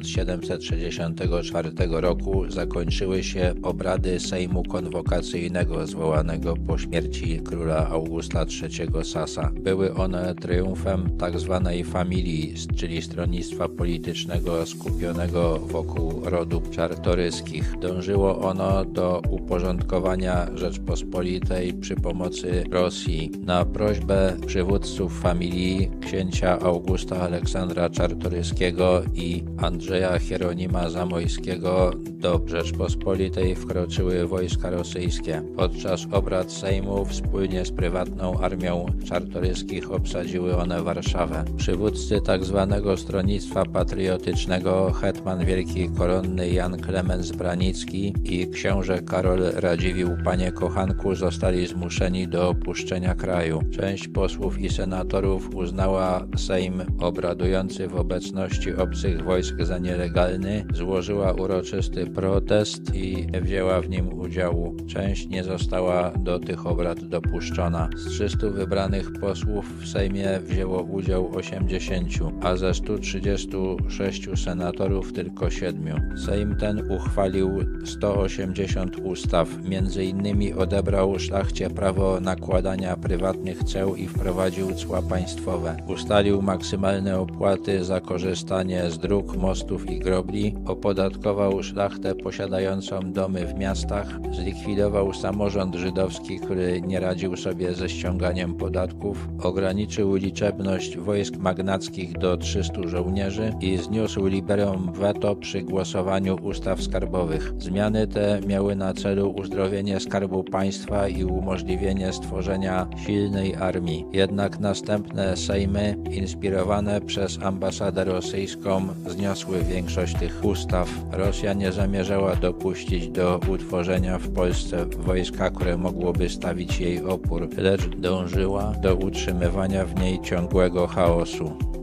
1764 roku zakończyły się obrady Sejmu Konwokacyjnego zwołanego po śmierci króla Augusta III Sasa. Były one triumfem tzw. familii, czyli stronnictwa politycznego skupionego wokół rodu Czartoryskich. Dążyło ono do uporządkowania Rzeczpospolitej przy pomocy Rosji. Na prośbę przywódców familii księcia Augusta Aleksandra Czartoryskiego i Andrzeja Hieronima Zamojskiego do Rzeczpospolitej wkroczyły wojska rosyjskie. Podczas obrad Sejmu wspólnie z prywatną armią Czartoryskich obsadziły one Warszawę. Przywódcy tzw. Stronnictwa Patriotycznego hetman wielki koronny Jan Klemens Branicki i książę Karol Radziwiłł Panie Kochanku zostali zmuszeni do opuszczenia kraju. Część posłów i senatorów uznała Sejm obradujący w obecności obcych wojsk za nielegalny, złożyła uroczysty protest i nie wzięła w nim udziału. Część nie została do tych obrad dopuszczona. Z 300 wybranych posłów w Sejmie wzięło udział 80, a ze 136 senatorów tylko 7. Sejm ten uchwalił 180 ustaw. Między innymi odebrał szlachcie prawo nakładania prywatnych ceł i wprowadził cła państwowe. Ustalił maksymalne opłaty za korzystanie z dróg, mostów i grobli, opodatkował szlachtę posiadającą domy w miastach, zlikwidował samorząd żydowski, który nie radził sobie ze ściąganiem podatków, ograniczył liczebność wojsk magnackich do 300 żołnierzy i zniósł liberum veto przy głosowaniu ustaw skarbowych. Zmiany te miały na celu uzdrowienie skarbu państwa i umożliwienie stworzenia silnej armii. Jednak następne sejmy, inspirowane przez ambasadę rosyjską, zniosły większość tych ustaw. Rosja nie zamierzała dopuścić do utworzenia w Polsce wojska, które mogłoby stawić jej opór, lecz dążyła do utrzymywania w niej ciągłego chaosu.